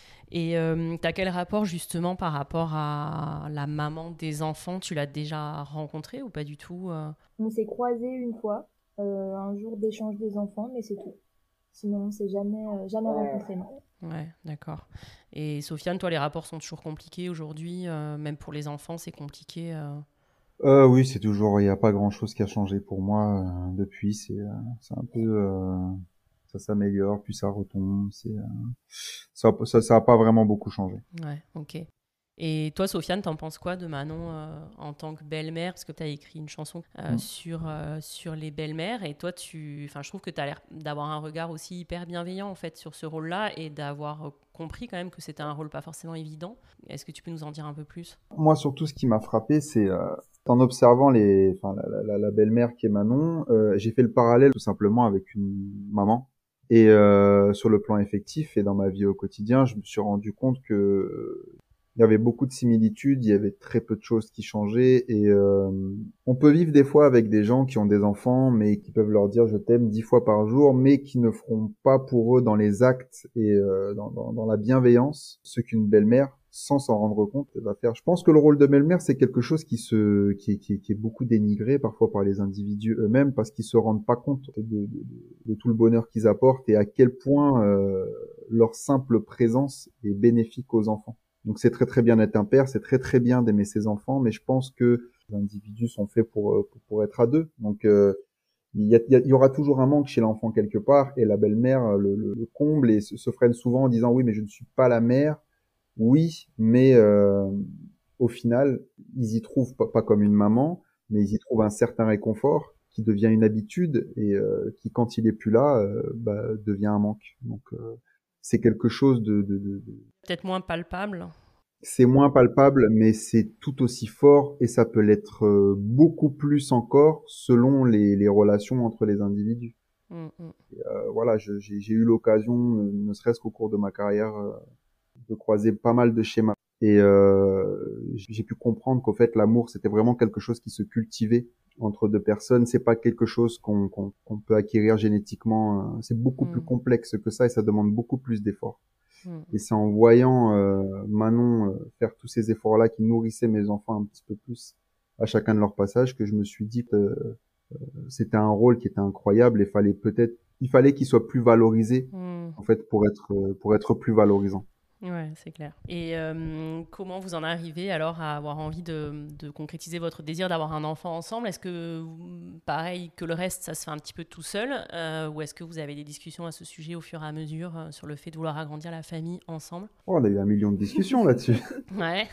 Et euh, t'as quel rapport justement par rapport à la maman des enfants? Tu l'as déjà rencontrée ou pas du tout euh On s'est croisés une fois, euh, un jour d'échange des enfants, mais c'est tout. Sinon, on s'est jamais, euh, jamais rencontrés, non. Ouais, d'accord. Et Sofiane, toi les rapports sont toujours compliqués aujourd'hui, euh, même pour les enfants c'est compliqué. euh Euh, oui, c'est toujours, il n'y a pas grand-chose qui a changé pour moi euh, depuis. C'est, euh, c'est un peu, euh, ça s'améliore, puis ça retombe. C'est, euh, ça, ça, ça a pas vraiment beaucoup changé. Ouais, ok. Et toi, Sofiane, t'en penses quoi de Manon euh, en tant que belle-mère? Parce que tu as écrit une chanson euh, Mm. sur, euh, sur les belles-mères. Et toi, tu... enfin, je trouve que tu as l'air d'avoir un regard aussi hyper bienveillant en fait, sur ce rôle-là et d'avoir euh, compris quand même que c'était un rôle pas forcément évident. Est-ce que tu peux nous en dire un peu plus? Moi, surtout, ce qui m'a frappé, c'est euh, en observant les, enfin, la, la, la belle-mère qui est Manon, euh, j'ai fait le parallèle tout simplement avec une maman. Et euh, sur le plan effectif et dans ma vie au quotidien, je me suis rendu compte que euh, il y avait beaucoup de similitudes, il y avait très peu de choses qui changeaient. Et euh, on peut vivre des fois avec des gens qui ont des enfants, mais qui peuvent leur dire je t'aime dix fois par jour, mais qui ne feront pas pour eux dans les actes et euh, dans, dans, dans la bienveillance ce qu'une belle-mère, sans s'en rendre compte, va faire. Je pense que le rôle de belle-mère, c'est quelque chose qui se, qui, qui, qui est beaucoup dénigré parfois par les individus eux-mêmes parce qu'ils se rendent pas compte de, de, de, de tout le bonheur qu'ils apportent et à quel point euh, leur simple présence est bénéfique aux enfants. Donc c'est très très bien d'être un père, c'est très très bien d'aimer ses enfants, mais je pense que les individus sont faits pour pour, pour être à deux. Donc euh, il y, a, il y aura toujours un manque chez l'enfant quelque part, et la belle-mère le, le, le comble et se, se freine souvent en disant oui mais je ne suis pas la mère. Oui, mais euh, au final ils y trouvent pas, pas comme une maman, mais ils y trouvent un certain réconfort qui devient une habitude et euh, qui quand il est plus là euh, bah, devient un manque. Donc euh, c'est quelque chose de, de, de, de Peut-être moins palpable. c'est moins palpable, mais c'est tout aussi fort et ça peut l'être euh, beaucoup plus encore selon les, les relations entre les individus. Mm, mm. Euh, voilà, je- j'ai j'ai eu l'occasion, ne, ne serait-ce qu'au cours de ma carrière, euh, de croiser pas mal de schémas. Et euh, j'ai pu comprendre qu'au fait, l'amour, c'était vraiment quelque chose qui se cultivait entre deux personnes. C'est pas quelque chose qu'on qu'on, qu'on peut acquérir génétiquement. C'est beaucoup plus Mm, complexe que ça et ça demande beaucoup plus d'efforts. mm. Et c'est en voyant euh, Manon euh, faire tous ces efforts-là qui nourrissaient mes enfants un petit peu plus à chacun de leur passage que je me suis dit que euh, c'était un rôle qui était incroyable et fallait peut-être, il fallait qu'il soit plus valorisé Mm. en fait pour être euh, pour être plus valorisant. Ouais, c'est clair. Et euh, comment vous en arrivez alors à avoir envie de, de concrétiser votre désir d'avoir un enfant ensemble? Est-ce que, vous- pareil que le reste, ça se fait un petit peu tout seul euh, ou est-ce que vous avez des discussions à ce sujet au fur et à mesure euh, sur le fait de vouloir agrandir la famille ensemble? Oh, on a eu un million de discussions là-dessus. Ouais.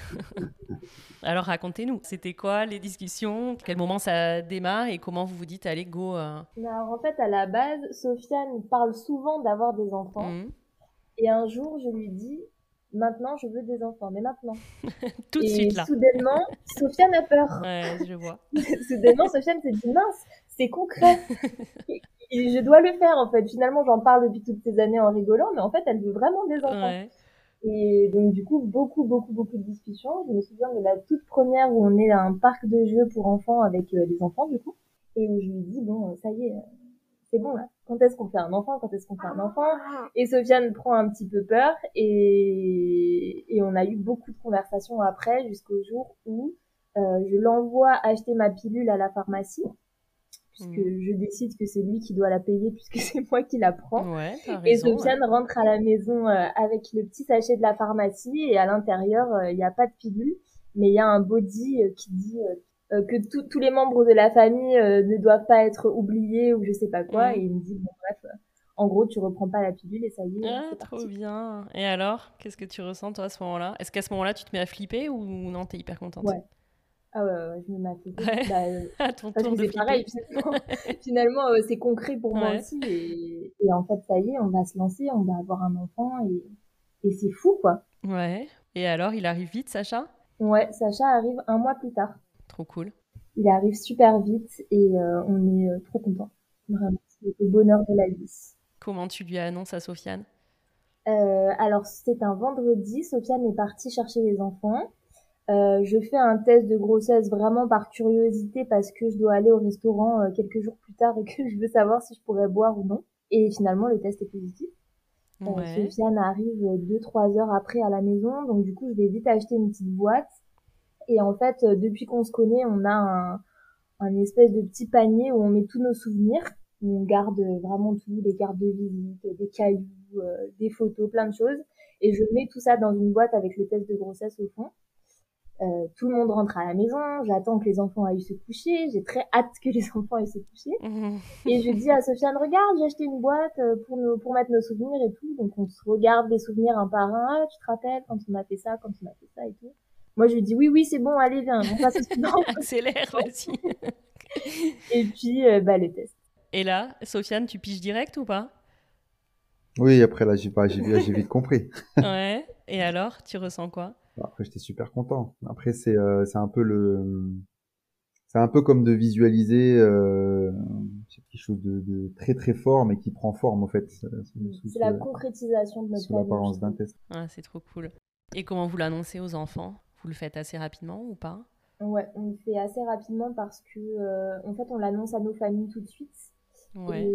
Alors racontez-nous, c'était quoi les discussions? Quel moment ça démarre et comment vous vous dites, allez, go euh, Alors, en fait, à la base, Sofiane parle souvent d'avoir des enfants. hum, Et un jour, je lui dis, maintenant, je veux des enfants, mais maintenant. tout de Et suite là. soudainement, Sofiane a peur. Ouais, je vois. Soudainement, Sofiane se dit, mince, c'est concret. Et et je dois le faire, en fait. Finalement, j'en parle depuis toutes ces années en rigolant, mais en fait, elle veut vraiment des enfants. Ouais. Et donc, du coup, beaucoup, beaucoup, beaucoup de discussions. Je me souviens de la toute première où on est à un parc de jeux pour enfants avec euh, les enfants, du coup. Et où je lui dis, bon, ça y est, euh, c'est bon, là. Quand est-ce qu'on fait un enfant? Quand est-ce qu'on fait un enfant? Et Sofiane prend un petit peu peur. Et, et on a eu beaucoup de conversations après, jusqu'au jour où euh, je l'envoie acheter ma pilule à la pharmacie, puisque Hum. je décide que c'est lui qui doit la payer, puisque c'est moi qui la prends. Ouais, t'as Et raison. Ouais. Sofiane rentre à la maison euh, avec le petit sachet de la pharmacie et à l'intérieur, il euh, n'y a pas de pilule, mais il y a un body euh, qui dit euh, euh, que tout- tous les membres de la famille euh, ne doivent pas être oubliés ou je sais pas quoi. Hum. Et il me dit, bon bref, euh, en gros, tu reprends pas la pilule et ça y est, euh, Ah, c'est trop parti. bien. Et alors, qu'est-ce que tu ressens toi à ce moment-là? Est-ce qu'à ce moment-là, tu te mets à flipper ou non, t'es hyper contente? Ouais. Ah ouais, ouais, ouais, je me mets à côté. Ouais, Bah, heu, à ton parce tour que de c'est pareil flipper. finalement finalement, heu, c'est concret pour moi Ouais. aussi et et en fait, ça y est, on va se lancer, on va avoir un enfant et et c'est fou, quoi. Ouais. Et alors, il arrive vite, Sacha? Ouais, Sacha arrive un mois plus tard. Trop cool. Il arrive super vite et heu, on est, heu, trop contents. Vraiment, c'est le bonheur de la vie. Comment tu lui annonces à Sofiane? Heu, alors c'est un vendredi, Sofiane est partie chercher les enfants. Heu, je fais un test de grossesse vraiment par curiosité parce que je dois aller au restaurant, heu, quelques jours plus tard et que je veux savoir si je pourrais boire ou non et finalement le test est positif. Heu, Ouais. Sofiane arrive, heu, deux trois heures après à la maison donc du coup je vais vite acheter une petite boîte et en fait, heu, depuis qu'on se connaît, on a un un espèce de petit panier où on met tous nos souvenirs, où on garde vraiment tout, des cartes de visite, des cailloux, euh, des photos, plein de choses. Et je mets tout ça dans une boîte avec le test de grossesse au fond. Euh, tout le monde rentre à la maison, j'attends que les enfants aillent se coucher, j'ai très hâte que les enfants aillent se coucher. Et je dis à Sofiane, regarde, j'ai acheté une boîte pour, nos, pour mettre nos souvenirs et tout. Donc on se regarde les souvenirs un par un. Ah, tu te rappelles quand on a fait ça, quand on a fait ça et tout. Moi je lui dis, oui, oui, c'est bon, allez, viens, on passe au suivant. Accélère, vas-y. Et puis, euh, bah, le test. Et là, Sofiane, tu piges direct ou pas? Oui, après là, j'ai pas, j'ai vi- j'ai vite compris. Ouais. Et alors, tu ressens quoi? Après, j'étais super content. Après, c'est euh, c'est un peu le, c'est un peu comme de visualiser euh, c'est quelque chose de, de très très fort, mais qui prend forme en fait, euh, sous, sous, C'est sous la la- concrétisation de notre sous famille, je l'apparence d'un trouve. test. Ah, c'est trop cool. Et comment vous l'annoncez aux enfants? Vous le faites assez rapidement ou pas? Ouais, on le fait assez rapidement parce que, euh, en fait, on l'annonce à nos familles tout de suite. Ouais.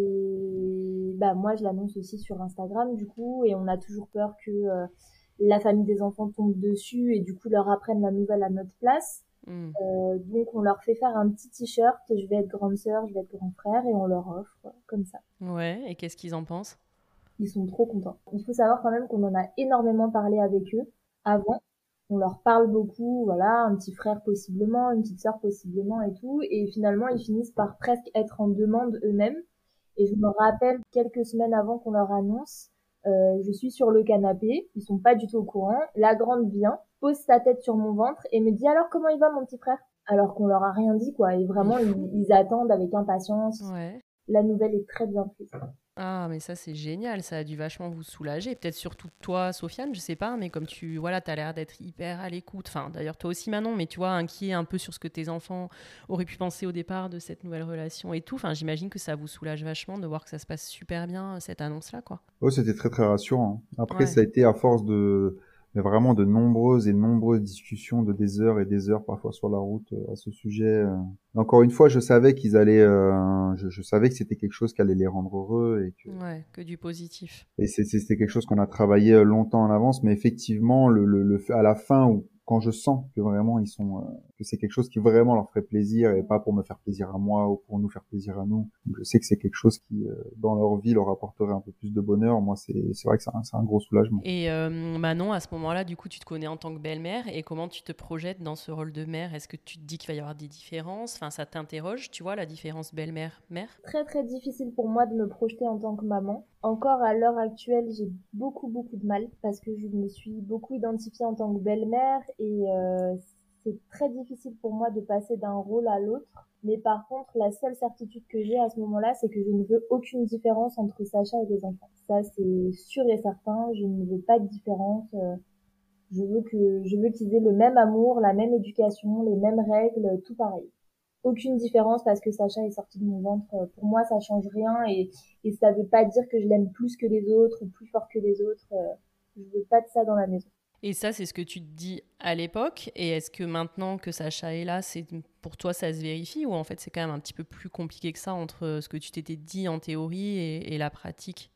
Et bah moi, je l'annonce aussi sur Instagram, du coup, et on a toujours peur que euh, la famille des enfants tombe dessus et du coup leur apprenne la nouvelle à notre place. Hmm. Euh, donc on leur fait faire un petit t-shirt, je vais être grande sœur, je vais être grand frère, et on leur offre comme ça. Ouais. Et qu'est-ce qu'ils en pensent? Ils sont trop contents. Il faut savoir quand même qu'on en a énormément parlé avec eux avant. On leur parle beaucoup, voilà, un petit frère possiblement, une petite sœur possiblement et tout. Et finalement, ils finissent par presque être en demande eux-mêmes. Et je me rappelle quelques semaines avant qu'on leur annonce, euh, je suis sur le canapé, ils sont pas du tout au courant. La grande vient, pose sa tête sur mon ventre et me dit alors comment il va mon petit frère? Alors qu'on leur a rien dit quoi. Et Il est vraiment, fou. ils, ils attendent avec impatience. Ouais. La nouvelle est très bien prise. Ah, mais ça, c'est génial. Ça a dû vachement vous soulager. Peut-être surtout toi, Sofiane, je sais pas, mais comme tu, voilà, t'as l'air d'être hyper à l'écoute. Enfin, d'ailleurs, toi aussi, Manon, mais tu vois, inquiet un peu sur ce que tes enfants auraient pu penser au départ de cette nouvelle relation et tout. Enfin, j'imagine que ça vous soulage vachement de voir que ça se passe super bien, cette annonce-là, quoi. Oh, c'était très très rassurant. Après, Ouais. ça a été à force de mais vraiment de nombreuses et nombreuses discussions de des heures et des heures parfois sur la route euh, à ce sujet. euh. Encore une fois, je savais qu'ils allaient, euh, je, je savais que c'était quelque chose qui allait les rendre heureux et que Ouais, que du positif. et c'est- c'est- c'était quelque chose qu'on a travaillé euh, longtemps en avance. Mais effectivement, le, le, le à la fin où quand je sens que vraiment ils sont, euh, que c'est quelque chose qui vraiment leur ferait plaisir et pas pour me faire plaisir à moi ou pour nous faire plaisir à nous. Donc, je sais que c'est quelque chose qui, euh, dans leur vie, leur apporterait un peu plus de bonheur. Moi, c'est, c'est vrai que c'est un, c'est un gros soulagement. Et euh, Manon, à ce moment-là, du coup, tu te connais en tant que belle-mère et comment tu te projettes dans ce rôle de mère? Est-ce que tu te dis qu'il va y avoir des différences? Enfin, ça t'interroge, tu vois, la différence belle-mère-mère? Très très difficile pour moi de me projeter en tant que maman. Encore à l'heure actuelle, j'ai beaucoup beaucoup de mal parce que je me suis beaucoup identifiée en tant que belle-mère et euh, c'est très difficile pour moi de passer d'un rôle à l'autre. Mais par contre, la seule certitude que j'ai à ce moment-là, c'est que je ne veux aucune différence entre Sacha et les enfants. Ça, c'est sûr et certain. Je ne veux pas de différence. Euh, Je veux que je veux qu'ils aient le même amour, la même éducation, les mêmes règles, tout pareil. Aucune différence parce que Sacha est sorti de mon ventre. Pour moi, ça change rien et, et ça veut pas dire que je l'aime plus que les autres ou plus fort que les autres. Je veux pas de ça dans la maison. Et ça, c'est ce que tu te dis à l'époque. Et est-ce que maintenant que Sacha est là, c'est pour toi, ça se vérifie ou en fait, c'est quand même un petit peu plus compliqué que ça entre ce que tu t'étais dit en théorie et, et la pratique?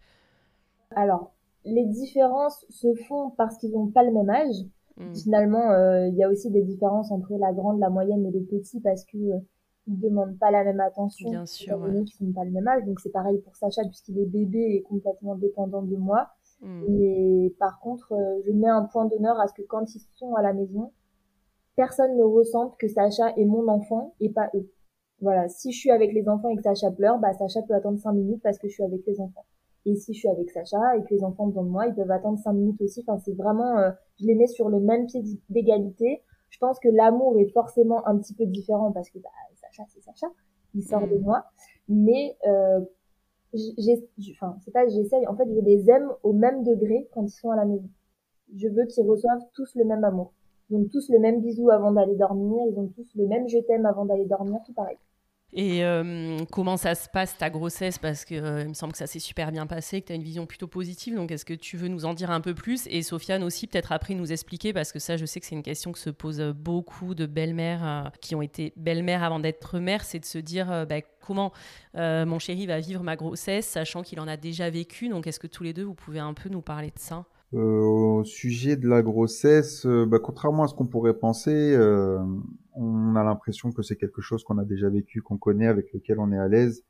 Alors, les différences se font parce qu'ils n'ont pas le même âge. Mm. Finalement, euh, il y a aussi des différences entre la grande, la moyenne et le petit parce que euh, ils demandent pas la même attention Bien étant sûr, ouais. donné qu'ils n'ont pas le même âge. Donc c'est pareil pour Sacha puisqu'il est bébé et complètement dépendant de moi. Mm. Et par contre, euh, je mets un point d'honneur à ce que quand ils sont à la maison, personne ne ressente que Sacha est mon enfant et pas eux. Voilà, si je suis avec les enfants et que Sacha pleure, bah Sacha peut attendre cinq minutes parce que je suis avec les enfants. Et si je suis avec Sacha et que les enfants ont besoin de moi, ils peuvent attendre cinq minutes aussi. Enfin, c'est vraiment, euh, je les mets sur le même pied d'égalité. Je pense que l'amour est forcément un petit peu différent parce que bah, Sacha, c'est Sacha, il sort Mmh. de moi. Mais euh, j'ai, enfin, c'est pas j'essaye, en fait, je les aime au même degré quand ils sont à la maison. Je veux qu'ils reçoivent tous le même amour. Ils ont tous le même bisou avant d'aller dormir, ils ont tous le même je t'aime avant d'aller dormir, tout pareil. Et euh, comment ça se passe ta grossesse? Parce que euh, il me semble que ça s'est super bien passé, que tu as une vision plutôt positive. Donc est-ce que tu veux nous en dire un peu plus? Et Sofiane aussi, peut-être après nous expliquer, parce que ça, je sais que c'est une question que se posent beaucoup de belles-mères euh, qui ont été belles-mères avant d'être mères, c'est de se dire euh, bah, comment euh, mon chéri va vivre ma grossesse, sachant qu'il en a déjà vécu. Donc est-ce que tous les deux, vous pouvez un peu nous parler de ça? Euh, au sujet de la grossesse, euh, bah, contrairement à ce qu'on pourrait penser, euh, on a l'impression que c'est quelque chose qu'on a déjà vécu, qu'on connaît, avec lequel on est à l'aise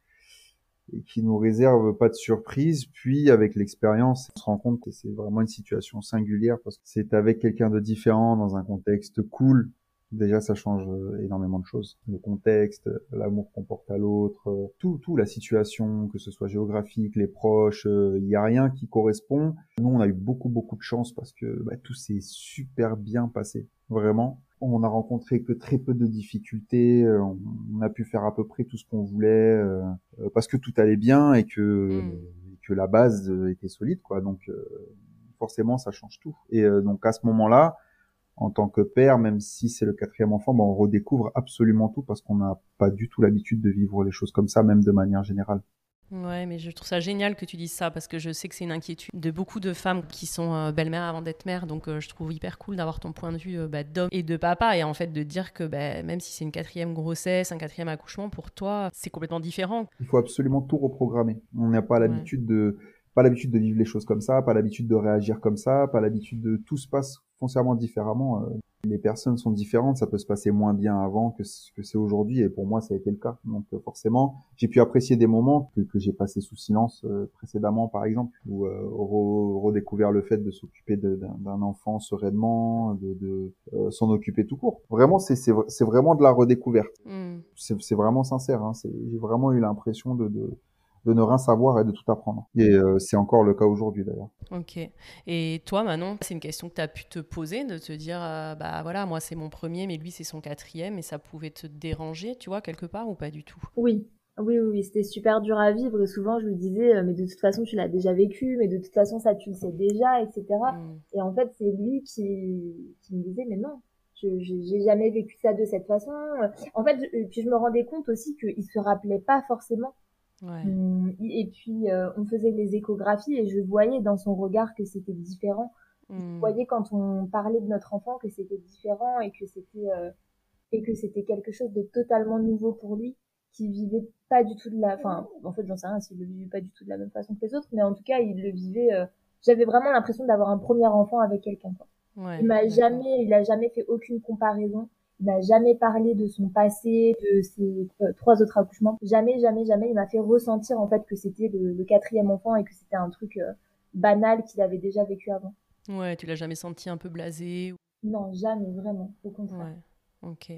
et qui nous réserve pas de surprise. Puis avec l'expérience, on se rend compte que c'est vraiment une situation singulière parce que c'est avec quelqu'un de différent dans un contexte cool. Déjà, ça change euh, énormément de choses. Le contexte, l'amour qu'on porte à l'autre, euh, tout, tout, la situation, que ce soit géographique, les proches, il euh, y a rien qui correspond. Nous, on a eu beaucoup, beaucoup de chance parce que bah, tout s'est super bien passé, vraiment. On a rencontré que très peu de difficultés, euh, on a pu faire à peu près tout ce qu'on voulait euh, parce que tout allait bien et que, Mm. et que la base était solide, quoi. Donc euh, forcément, ça change tout. Et euh, donc à ce moment-là, en tant que père, même si c'est le quatrième enfant, ben, on redécouvre absolument tout parce qu'on n'a pas du tout l'habitude de vivre les choses comme ça, même de manière générale. Ouais, mais je trouve ça génial que tu dises ça parce que je sais que c'est une inquiétude de beaucoup de femmes qui sont euh, belles-mères avant d'être mères. Donc euh, je trouve hyper cool d'avoir ton point de vue euh, bah, d'homme et de papa et en fait de dire que bah, même si c'est une quatrième grossesse, un quatrième accouchement, pour toi, c'est complètement différent. Il faut absolument tout reprogrammer. On n'a pas Ouais. l'habitude de pas l'habitude de vivre les choses comme ça, pas l'habitude de réagir comme ça, pas l'habitude de tout se passe foncièrement différemment. Euh, les personnes sont différentes, ça peut se passer moins bien avant que ce que c'est aujourd'hui, et pour moi ça a été le cas. Donc euh, forcément, j'ai pu apprécier des moments que, que j'ai passés sous silence euh, précédemment, par exemple, ou euh, re- redécouvert le fait de s'occuper de- d'un, d'un enfant sereinement, de, de euh, s'en occuper tout court. Vraiment, c'est c'est c'est vraiment de la redécouverte. Mm. C'est c'est vraiment sincère. Hein. C'est, j'ai vraiment eu l'impression de, de de ne rien savoir et de tout apprendre. Et euh, c'est encore le cas aujourd'hui d'ailleurs. Ok. Et toi, Manon, c'est une question que tu as pu te poser, de te dire, euh, bah voilà, moi c'est mon premier, mais lui c'est son quatrième, et ça pouvait te déranger, tu vois, quelque part, ou pas du tout? Oui, oui, oui, oui, c'était super dur à vivre et souvent je lui disais, euh, mais de toute façon tu l'as déjà vécu, mais de toute façon ça tu le sais déjà, et cetera. Mm. Et en fait c'est lui qui, qui me disait, mais non, je, je- j'ai jamais vécu ça de cette façon. En fait, je- et puis je me rendais compte aussi qu'il se rappelait pas forcément. Ouais. Hum, Et puis euh, on faisait les échographies et je voyais dans son regard que c'était différent. Je Mm. voyais quand on parlait de notre enfant que c'était différent et que c'était euh, et que c'était quelque chose de totalement nouveau pour lui, qui vivait pas du tout de la, enfin, en fait, j'en sais rien s'il le vivait pas du tout de la même façon que les autres, mais en tout cas, il le vivait, euh, j'avais vraiment l'impression d'avoir un premier enfant avec quelqu'un, quoi. Il Ouais, m'a d'accord. jamais, il a jamais fait aucune comparaison. Il m'a jamais parlé de son passé, de ses euh, trois autres accouchements. Jamais, jamais, jamais. Il m'a fait ressentir, en fait, que c'était le, le quatrième enfant et que c'était un truc euh, banal qu'il avait déjà vécu avant. Ouais, tu l'as jamais senti un peu blasé? Non, jamais, vraiment. Au contraire. Ouais, ok.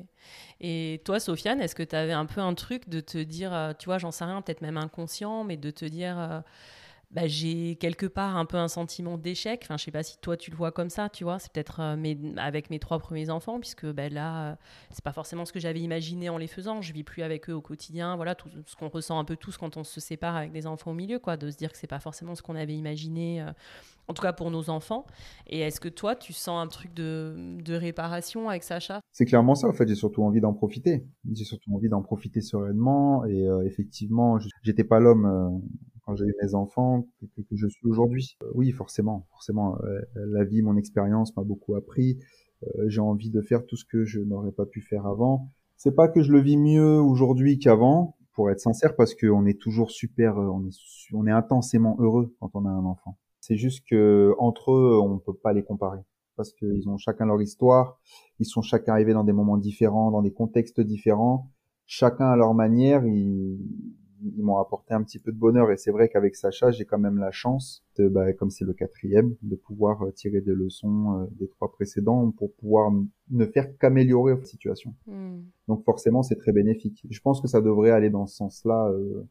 Et toi, Sofiane, est-ce que tu avais un peu un truc de te dire, euh, tu vois, j'en sais rien, peut-être même inconscient, mais de te dire, euh, bah, j'ai quelque part un peu un sentiment d'échec. Enfin, je sais pas si toi tu le vois comme ça, tu vois. C'est peut-être euh, mes- avec mes trois premiers enfants, puisque ben là, euh, c'est pas forcément ce que j'avais imaginé en les faisant. Je vis plus avec eux au quotidien. Voilà, tout ce qu'on ressent un peu tous quand on se sépare avec des enfants au milieu, quoi. De se dire que c'est pas forcément ce qu'on avait imaginé, euh, en tout cas pour nos enfants. Et est-ce que toi, tu sens un truc de, de réparation avec Sacha? C'est clairement ça, en fait. J'ai surtout envie d'en profiter. J'ai surtout envie d'en profiter sereinement. Et euh, effectivement, je- j'étais pas l'homme euh, quand j'ai eu mes enfants que, que- que je suis aujourd'hui. Euh, oui, forcément, forcément. Euh, la vie, mon expérience m'a beaucoup appris. Euh, j'ai envie de faire tout ce que je n'aurais pas pu faire avant. C'est pas que je le vis mieux aujourd'hui qu'avant, pour être sincère, parce qu'on est toujours super, euh, on est, su- on est intensément heureux quand on a un enfant. C'est juste que entre eux, on peut pas les comparer parce qu'ils ont chacun leur histoire, ils sont chacun arrivés dans des moments différents, dans des contextes différents, chacun à leur manière, ils, ils m'ont apporté un petit peu de bonheur et c'est vrai qu'avec Sacha, j'ai quand même la chance, de, bah, comme c'est le quatrième, de pouvoir euh, tirer des leçons euh, des trois précédents pour pouvoir m- ne faire qu'améliorer la situation. Hmm. Donc forcément, c'est très bénéfique. Je pense que ça devrait aller dans ce sens-là euh,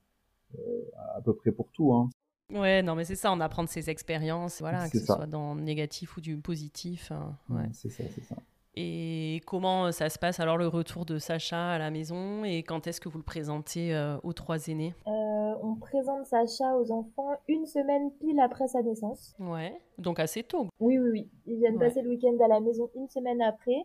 à peu près pour tout, hein. Ouais, non, mais c'est ça, on apprend de ses expériences, voilà, que C'est ce soit ça. dans le négatif ou du positif, hein, Ouais, ouais. c'est ça, c'est ça. Et comment ça se passe alors le retour de Sacha à la maison et quand est-ce que vous le présentez euh, aux trois aînés? Euh, on présente Sacha aux enfants une semaine pile après sa naissance. Ouais, donc assez tôt. Oui, oui, oui. Ils viennent Ouais. passer le week-end à la maison une semaine après.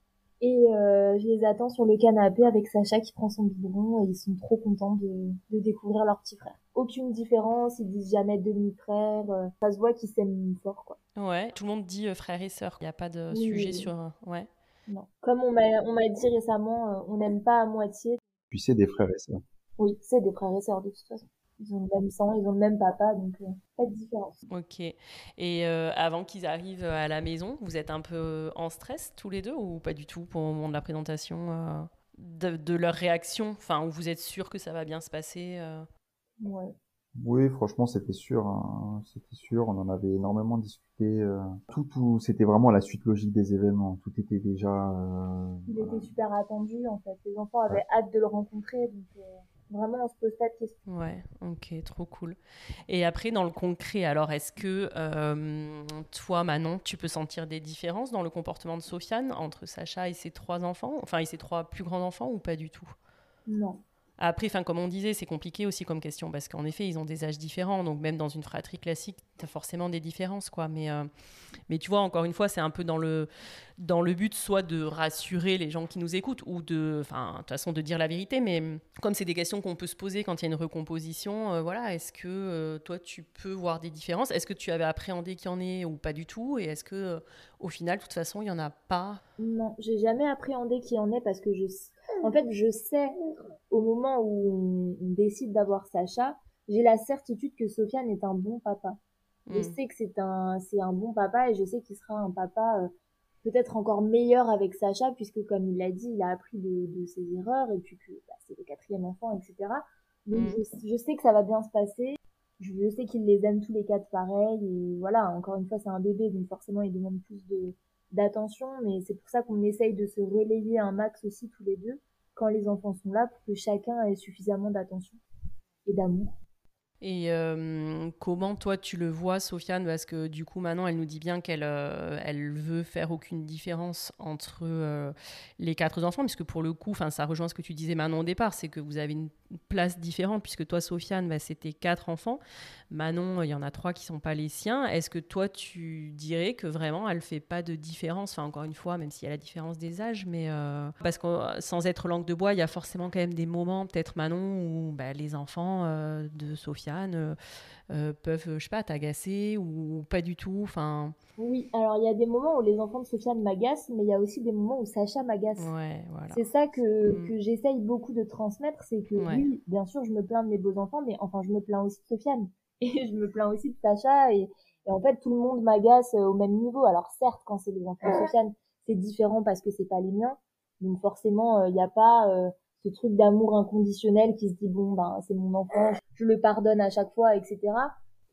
Et euh, je les attends sur le canapé avec Sacha qui prend son biberon et ils sont trop contents de, de découvrir leur petit frère. Aucune différence, ils disent jamais demi-frère. euh, Ça se voit qu'ils s'aiment fort, quoi. Ouais, tout le monde dit euh, frère et sœur. Il n'y a pas de Oui, oui, sujet oui. sur... euh, Ouais. Non. Comme on m'a on m'a dit récemment, euh, on n'aime pas à moitié. Puis c'est des frères et sœurs. Oui, c'est des frères et sœurs de toute façon. Ils ont le même sang, ils ont le même papa, donc euh, pas de différence. Ok. Et euh, avant qu'ils arrivent à la maison, vous êtes un peu en stress tous les deux ou pas du tout pour le moment de la présentation euh, de, de leur réaction, enfin, où vous êtes sûr que ça va bien se passer euh Ouais. Oui, franchement, c'était sûr, hein, c'était sûr. On en avait énormément discuté. euh, Tout, tout, c'était vraiment la suite logique des événements. Tout était déjà, euh, Il voilà. était super attendu en fait. Les enfants Ouais. avaient hâte de le rencontrer, donc euh, vraiment on se pose pas de questions. Ouais, ok, trop cool. Et après, dans le concret, alors, est-ce que euh, toi, Manon, tu peux sentir des différences dans le comportement de Sofiane entre Sacha et ses trois enfants, enfin, et ses trois plus grands enfants, ou pas du tout? Non. Après, enfin, comme on disait, c'est compliqué aussi comme question, parce qu'en effet, ils ont des âges différents, donc même dans une fratrie classique, tu as forcément des différences, quoi. Mais, euh, mais tu vois, encore une fois, c'est un peu dans le, dans le but soit de rassurer les gens qui nous écoutent, ou de, enfin, de toute façon, de dire la vérité, mais comme c'est des questions qu'on peut se poser quand il y a une recomposition, euh, voilà, est-ce que euh, toi, tu peux voir des différences? Est-ce que tu avais appréhendé qu'il y en ait ou pas du tout? Et est-ce que, euh, au final, de toute façon, il n'y en a pas? Non, j'ai jamais appréhendé qu'il y en ait parce que je, s- en fait, je sais au moment où on, on décide d'avoir Sacha, j'ai la certitude que Sofiane est un bon papa. Je Hmm. sais que c'est un, c'est un bon papa et je sais qu'il sera un papa euh, peut-être encore meilleur avec Sacha puisque comme il l'a dit, il a appris de, de ses erreurs et puis que bah, c'est le quatrième enfant, et cetera. Donc Hmm. je, je sais que ça va bien se passer. Je, je sais qu'il les aime tous les quatre pareil et voilà, encore une fois, c'est un bébé donc forcément il demande plus de d'attention, mais c'est pour ça qu'on essaye de se relayer un max aussi tous les deux quand les enfants sont là pour que chacun ait suffisamment d'attention et d'amour. Et euh, comment toi tu le vois, Sofiane? Parce que du coup, maintenant, elle nous dit bien qu'elle euh, elle veut faire aucune différence entre euh, les quatre enfants, puisque pour le coup, ça rejoint ce que tu disais Manon au départ, c'est que vous avez une place différente, puisque toi, Sofiane, bah, c'était quatre enfants. Manon, il y en a trois qui sont pas les siens. Est-ce que toi, tu dirais que vraiment, elle fait pas de différence? Enfin, encore une fois, même s'il y a la différence des âges, mais euh, parce que euh, sans être langue de bois, il y a forcément quand même des moments, peut-être Manon, où bah, les enfants euh, de Sofiane euh, euh, peuvent, je sais pas, t'agacer ou pas du tout. Enfin, Oui, alors il y a des moments où les enfants de Sofiane m'agacent, mais il y a aussi des moments où Sacha m'agace. ouais, voilà. C'est ça que, Mm, que j'essaye beaucoup de transmettre, c'est que ouais. oui, bien sûr, je me plains de mes beaux enfants, mais enfin, je me plains aussi de Sofiane. Et je me plains aussi de Sacha, et, et en fait, tout le monde m'agace euh, au même niveau. Alors certes, quand c'est les enfants de Sofiane, c'est différent parce que c'est pas les miens. Donc forcément, il n'y a pas euh, ce truc d'amour inconditionnel qui se dit, bon, ben, c'est mon enfant, je le pardonne à chaque fois, et cetera.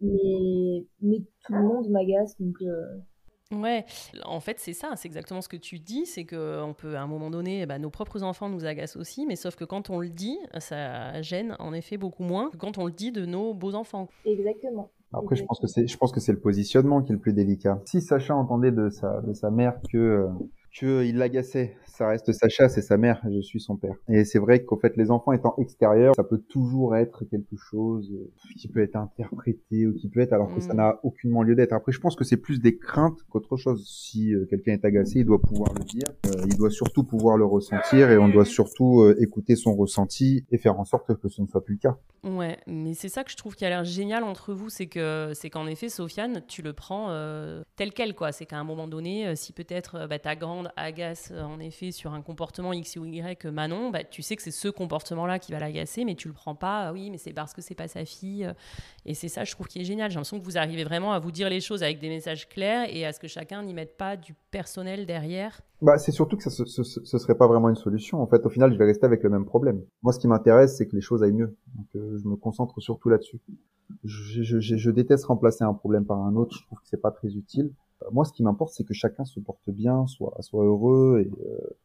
Mais, mais tout le monde m'agace, donc euh, Ouais, en fait, c'est ça, c'est exactement ce que tu dis, c'est qu'on peut, à un moment donné, bah, nos propres enfants nous agacent aussi, mais sauf que quand on le dit, ça gêne en effet beaucoup moins que quand on le dit de nos beaux enfants. exactement. Après, je pense que Exactement. c'est, je pense que c'est le positionnement qui est le plus délicat. Si Sacha entendait de sa, de sa mère que, euh, que il l'agaçait, ça reste Sacha, c'est sa mère, je suis son père. Et c'est vrai qu'en fait, les enfants étant extérieurs, ça peut toujours être quelque chose euh, qui peut être interprété ou qui peut être, alors que ça Mm. n'a aucunement lieu d'être. Après, je pense que c'est plus des craintes qu'autre chose. Si euh, quelqu'un est agacé, il doit pouvoir le dire, euh, il doit surtout pouvoir le ressentir et on doit surtout euh, écouter son ressenti et faire en sorte que ce ne soit plus le cas. Ouais, mais c'est ça que je trouve qui a l'air génial entre vous, c'est que c'est qu'en effet, Sofiane, tu le prends euh, tel quel, quoi. C'est qu'à un moment donné, euh, si peut-être euh, bah, ta grande agace, euh, en effet, sur un comportement X ou Y, euh, Manon, bah, tu sais que c'est ce comportement-là qui va l'agacer, mais tu le prends pas, ah oui, mais c'est parce que c'est pas sa fille. euh, Et c'est ça, je trouve, qui est génial. J'ai l'impression que vous arrivez vraiment à vous dire les choses avec des messages clairs et à ce que chacun n'y mette pas du personnel derrière. Bah, c'est surtout que ça, ce, ce, ce serait pas vraiment une solution. En fait, au final, je vais rester avec le même problème. Moi, ce qui m'intéresse, c'est que les choses aillent mieux. Donc, euh, je me concentre surtout là-dessus. Je, je, je, je déteste remplacer un problème par un autre. Je trouve que c'est pas très utile. Euh, moi, ce qui m'importe, c'est que chacun se porte bien, soit, soit heureux, et, euh,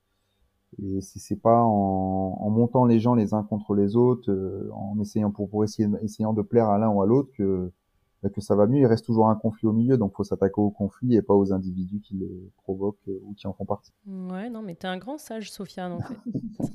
et c'est, c'est pas en, en montant les gens les uns contre les autres, euh, en essayant pour, pour essayer, essayant de plaire à l'un ou à l'autre que bah, que ça va mieux. Il reste toujours un conflit au milieu, donc faut s'attaquer au conflit et pas aux individus qui le provoquent euh, ou qui en font partie. Ouais, non, mais t'es un grand sage, Sofiane, en fait.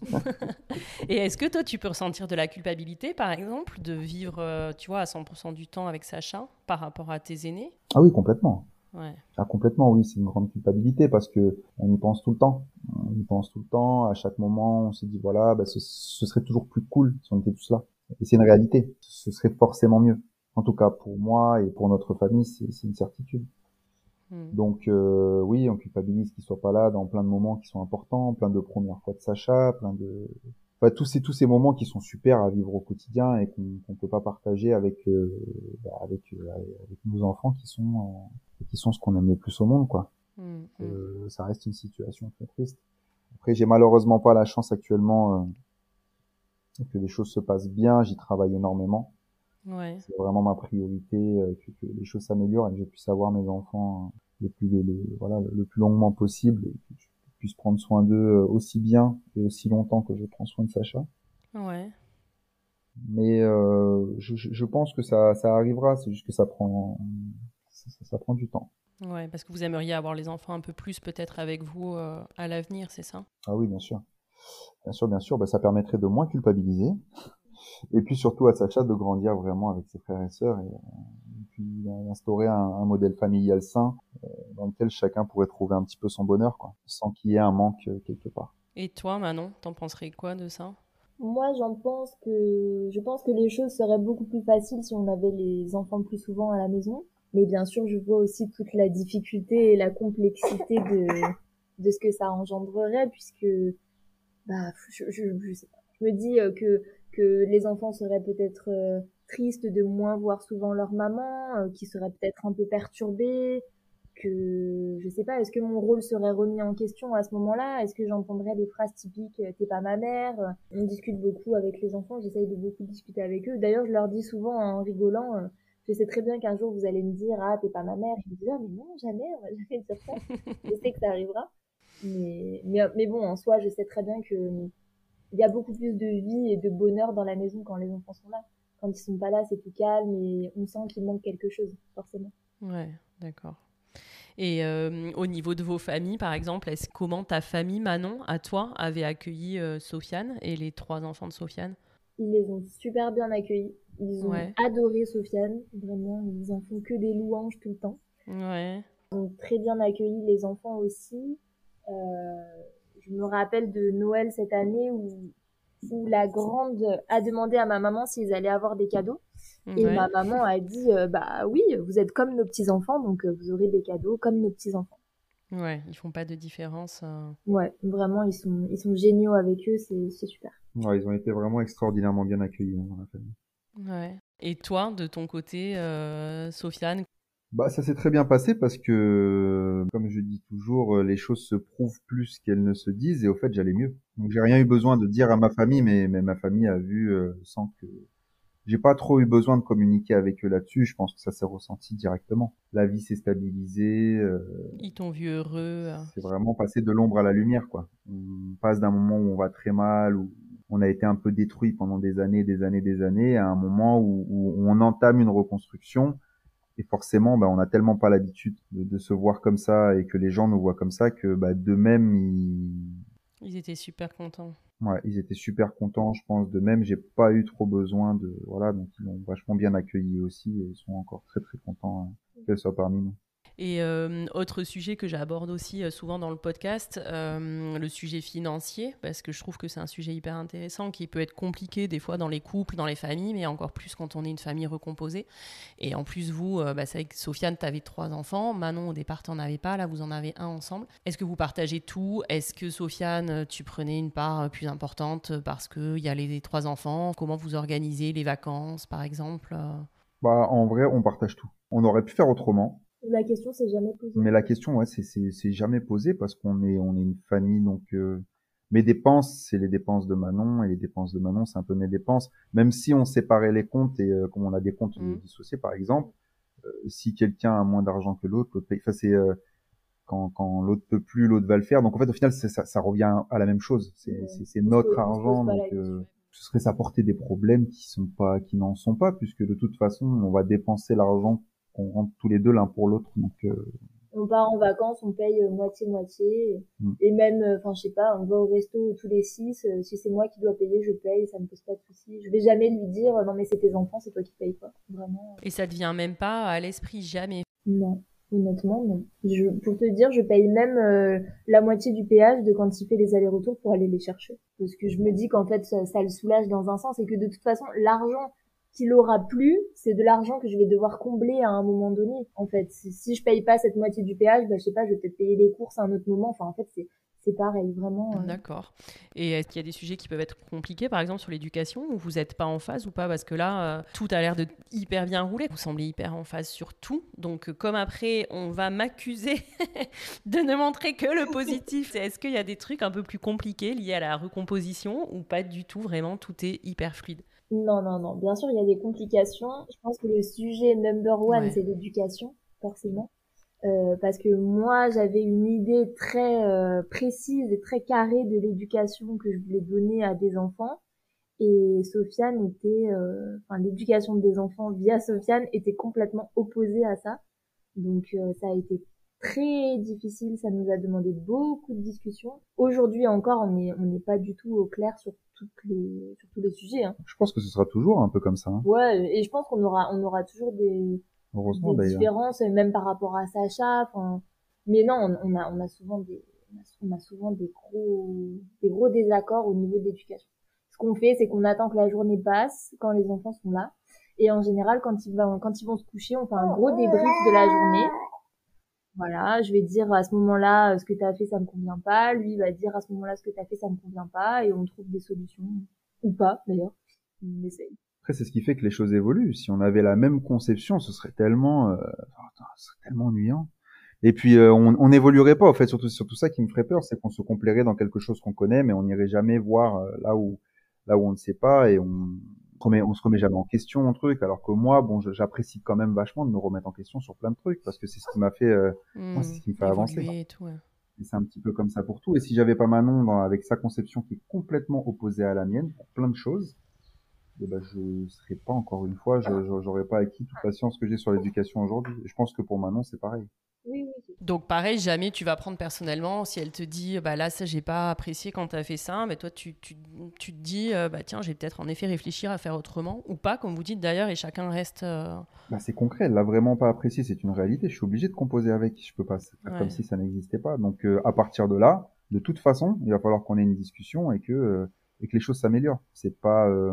Et est-ce que toi, tu peux ressentir de la culpabilité, par exemple, de vivre, euh, tu vois, à cent pour cent du temps avec Sacha par rapport à tes aînés? Ah oui, complètement. Ouais. Ah, complètement, oui, c'est une grande culpabilité parce que on y pense tout le temps. On y pense tout le temps. À chaque moment, on se dit voilà, bah, ce, ce serait toujours plus cool si on était tous là. Et c'est une réalité. Ce serait forcément mieux. En tout cas, pour moi et pour notre famille, c'est, c'est une certitude. Mm. Donc euh, oui, on culpabilise qu'il soit pas là dans plein de moments qui sont importants, plein de premières fois de Sacha, plein de, enfin tous ces tous ces moments qui sont super à vivre au quotidien et qu'on qu'on peut pas partager avec euh, bah, avec euh, avec nos enfants qui sont euh, qui sont ce qu'on aime le plus au monde, quoi. Mm, mm. Euh, ça reste une situation très triste. Après, j'ai malheureusement pas la chance actuellement euh, que les choses se passent bien. J'y travaille énormément. Ouais. C'est vraiment ma priorité euh, que, que les choses s'améliorent et que je puisse avoir mes enfants euh, le plus le, le- voilà le plus longuement possible et que je puisse prendre soin d'eux euh, aussi bien et aussi longtemps que je prends soin de Sacha. Ouais. Mais euh, je, je je pense que ça ça arrivera. C'est juste que ça prend ça, ça- ça prend du temps. Ouais, parce que vous aimeriez avoir les enfants un peu plus peut-être avec vous euh, à l'avenir, c'est ça? Ah oui, bien sûr, bien sûr, bien sûr. Bah, ça permettrait de moins culpabiliser. Et puis surtout à Sacha de grandir vraiment avec ses frères et sœurs et, et puis d'instaurer un, un modèle familial sain euh, dans lequel chacun pourrait trouver un petit peu son bonheur, quoi, sans qu'il y ait un manque euh, quelque part. Et toi, Manon, t'en penserais quoi de ça? Moi, j'en pense que, je pense que les choses seraient beaucoup plus faciles si on avait les enfants plus souvent à la maison. Mais bien sûr, je vois aussi toute la difficulté et la complexité de, de ce que ça engendrerait puisque, bah, je, je, je sais pas. Je me dis euh, que, que les enfants seraient peut-être euh, tristes de moins voir souvent leur maman, euh, qui seraient peut-être un peu perturbés, que je sais pas, est-ce que mon rôle serait remis en question à ce moment-là? Est-ce que j'entendrais des phrases typiques euh, t'es pas ma mère? On discute beaucoup avec les enfants, j'essaye de beaucoup discuter avec eux. D'ailleurs, je leur dis souvent en rigolant, euh, je sais très bien qu'un jour vous allez me dire ah t'es pas ma mère. Je me dis ah mais non jamais, on va jamais dire ça. Je sais que ça arrivera, mais mais mais bon en soi je sais très bien que euh, il y a beaucoup plus de vie et de bonheur dans la maison quand les enfants sont là. Quand ils sont pas là, c'est plus calme et on sent qu'il manque quelque chose forcément. Ouais, d'accord. Et euh, au niveau de vos familles, par exemple, est-ce comment ta famille, Manon, à toi, avait accueilli euh, Sofiane et les trois enfants de Sofiane? Ils les ont super bien accueillis. Ils ont Ouais, adoré Sofiane. Vraiment, ils en font que des louanges tout le temps. ouais, Ils ont très bien accueilli les enfants aussi. Euh, je me rappelle de Noël cette année où, où la grande a demandé à ma maman s'ils allaient avoir des cadeaux. Et ouais, ma maman a dit, euh, bah oui, vous êtes comme nos petits-enfants, donc euh, vous aurez des cadeaux comme nos petits-enfants. ouais. Ils font pas de différence. euh. Ouais, vraiment, ils sont, ils sont géniaux avec eux, c'est, c'est super. Ouais, ils ont été vraiment extraordinairement bien accueillis hein, dans la famille. Ouais. Et toi, de ton côté, euh, Sofiane? Bah, ça s'est très bien passé parce que, comme je dis toujours, euh, les choses se prouvent plus qu'elles ne se disent et au fait, j'allais mieux. Donc, j'ai rien eu besoin de dire à ma famille, mais, mais ma famille a vu euh, sans que j'ai pas trop eu besoin de communiquer avec eux là-dessus. Je pense que ça s'est ressenti directement. La vie s'est stabilisée. Euh, Ils t'ont vu heureux. euh. c'est vraiment passer de l'ombre à la lumière, quoi. On passe d'un moment où on va très mal, où on a été un peu détruit pendant des années, des années, des années, à un moment où, où on entame une reconstruction. Et forcément, bah, on n'a tellement pas l'habitude de, de se voir comme ça et que les gens nous voient comme ça que bah, d'eux-mêmes, ils, Ils étaient super contents. ouais, ils étaient super contents, je pense. De même, j'ai pas eu trop besoin de, voilà, donc ils l'ont vachement bien accueilli aussi et ils sont encore très très contents hein, qu'elle soit parmi nous. Et euh, autre sujet que j'aborde aussi euh, souvent dans le podcast, euh, le sujet financier, parce que je trouve que c'est un sujet hyper intéressant qui peut être compliqué des fois dans les couples, dans les familles, mais encore plus quand on est une famille recomposée. Et en plus, vous, euh, bah, c'est vrai que Sofiane, tu avais trois enfants, Manon, au départ, tu n'en avais pas, là, vous en avez un ensemble. Est-ce que vous partagez tout? Est-ce que Sofiane, tu prenais une part plus importante parce qu'il y a les, les trois enfants? Comment vous organisez les vacances, par exemple? Bah, en vrai, on partage tout. On aurait pu faire autrement, La question s'est jamais posée. mais la question, ouais, c'est c'est c'est jamais posé parce qu'on est on est une famille, donc euh, mes dépenses, c'est les dépenses de Manon et les dépenses de Manon, c'est un peu mes dépenses. Même si on séparait les comptes et euh, comme on a des comptes Mmh. dissociés, par exemple. Si quelqu'un a moins d'argent que l'autre, l'autre paye. Enfin, c'est euh, quand, quand l'autre peut plus, l'autre va le faire. Donc en fait, au final, c'est, ça, ça revient à la même chose. C'est, Ouais. c'est, c'est On se, notre on se pose argent, pas donc la euh, question. ce serait s'apporter des problèmes qui sont pas, qui n'en sont pas, puisque de toute façon, on va dépenser l'argent qu'on rentre tous les deux l'un pour l'autre. Donc, euh... on part en vacances, on paye moitié-moitié. Mm. Et même, enfin, je sais pas, on va au resto tous les six. Euh, si c'est moi qui dois payer, je paye, ça me pose pas de soucis. Je vais jamais lui dire, non mais c'est tes enfants, c'est toi qui payes, quoi. Vraiment. Et ça te vient même pas à l'esprit, jamais? Non. Honnêtement, non. Je, pour te dire, je paye même euh, la moitié du péage de quand il fait les allers-retours pour aller les chercher. Parce que je me dis qu'en fait, ça, ça le soulage dans un sens et que de toute façon, l'argent qu'il aura plus, c'est de l'argent que je vais devoir combler à un moment donné. En fait, si, si je paye pas cette moitié du péage, bah, je sais pas, je vais peut-être payer les courses à un autre moment. Enfin, en fait, c'est c'est pareil, vraiment. Euh... D'accord. Et est-ce qu'il y a des sujets qui peuvent être compliqués, par exemple sur l'éducation, où vous n'êtes pas en phase ou pas? Parce que là, euh, tout a l'air de hyper bien rouler. Vous semblez hyper en phase sur tout. Donc, euh, comme après, on va m'accuser de ne montrer que le positif, est-ce qu'il y a des trucs un peu plus compliqués liés à la recomposition ou pas du tout? Vraiment, tout est hyper fluide. Non, non, non. Bien sûr, il y a des complications. Je pense que le sujet number one, ouais. c'est l'éducation, forcément. Euh, parce que moi, j'avais une idée très euh, précise et très carrée de l'éducation que je voulais donner à des enfants. Et Sofiane était... Euh, enfin, l'éducation des enfants via Sofiane était complètement opposée à ça. Donc, euh, ça a été très difficile. Ça nous a demandé beaucoup de discussions. Aujourd'hui encore, on n'est on n'est pas du tout au clair sur toutes les sur tous les sujets. Hein. Je pense que ce sera toujours un peu comme ça. Hein. Ouais, et je pense qu'on aura on aura toujours des Heureusement, des d'ailleurs. différences, même par rapport à Sacha. Enfin, mais non, on, on a on a souvent des on a souvent des gros des gros désaccords au niveau de l'éducation. Ce qu'on fait, c'est qu'on attend que la journée passe quand les enfants sont là, et en général, quand ils vont quand ils vont se coucher, on fait un gros débrief de la journée. Voilà, je vais dire à ce moment-là, ce que t'as fait, ça me convient pas. Lui va dire à ce moment-là, ce que t'as fait, ça me convient pas, et on trouve des solutions ou pas d'ailleurs. On essaye. Après, c'est ce qui fait que les choses évoluent. Si on avait la même conception, ce serait tellement, euh, ce serait tellement ennuyant. Et puis, euh, on, on n'évoluerait pas. En fait, surtout, surtout ça qui me ferait peur, c'est qu'on se complairait dans quelque chose qu'on connaît, mais on n'irait jamais voir euh, là où, là où on ne sait pas, et on, remet, on se remet jamais en question un truc. Alors que moi, bon, j'apprécie quand même vachement de me remettre en question sur plein de trucs, parce que c'est ce qui m'a fait, euh, mmh, moi, c'est ce qui me fait avancer. Et tout, ouais. Et c'est un petit peu comme ça pour tout. Et si j'avais pas Manon dans, avec sa conception qui est complètement opposée à la mienne pour plein de choses, eh ben, je serais pas, encore une fois, je, j'aurais pas acquis toute la science que j'ai sur l'éducation aujourd'hui. Et je pense que pour Manon, c'est pareil. Oui, oui. Donc pareil, jamais tu vas prendre personnellement si elle te dit bah là ça j'ai pas apprécié quand t'as fait ça, mais toi tu, tu, tu te dis euh, bah tiens j'ai peut-être en effet réfléchir à faire autrement ou pas, comme vous dites d'ailleurs, et chacun reste euh... bah c'est concret, elle l'a vraiment pas apprécié, c'est une réalité, je suis obligé de composer avec, je peux pas faire ouais. comme si ça n'existait pas. Donc euh, à partir de là, de toute façon il va falloir qu'on ait une discussion et que euh, et que les choses s'améliorent. C'est pas euh,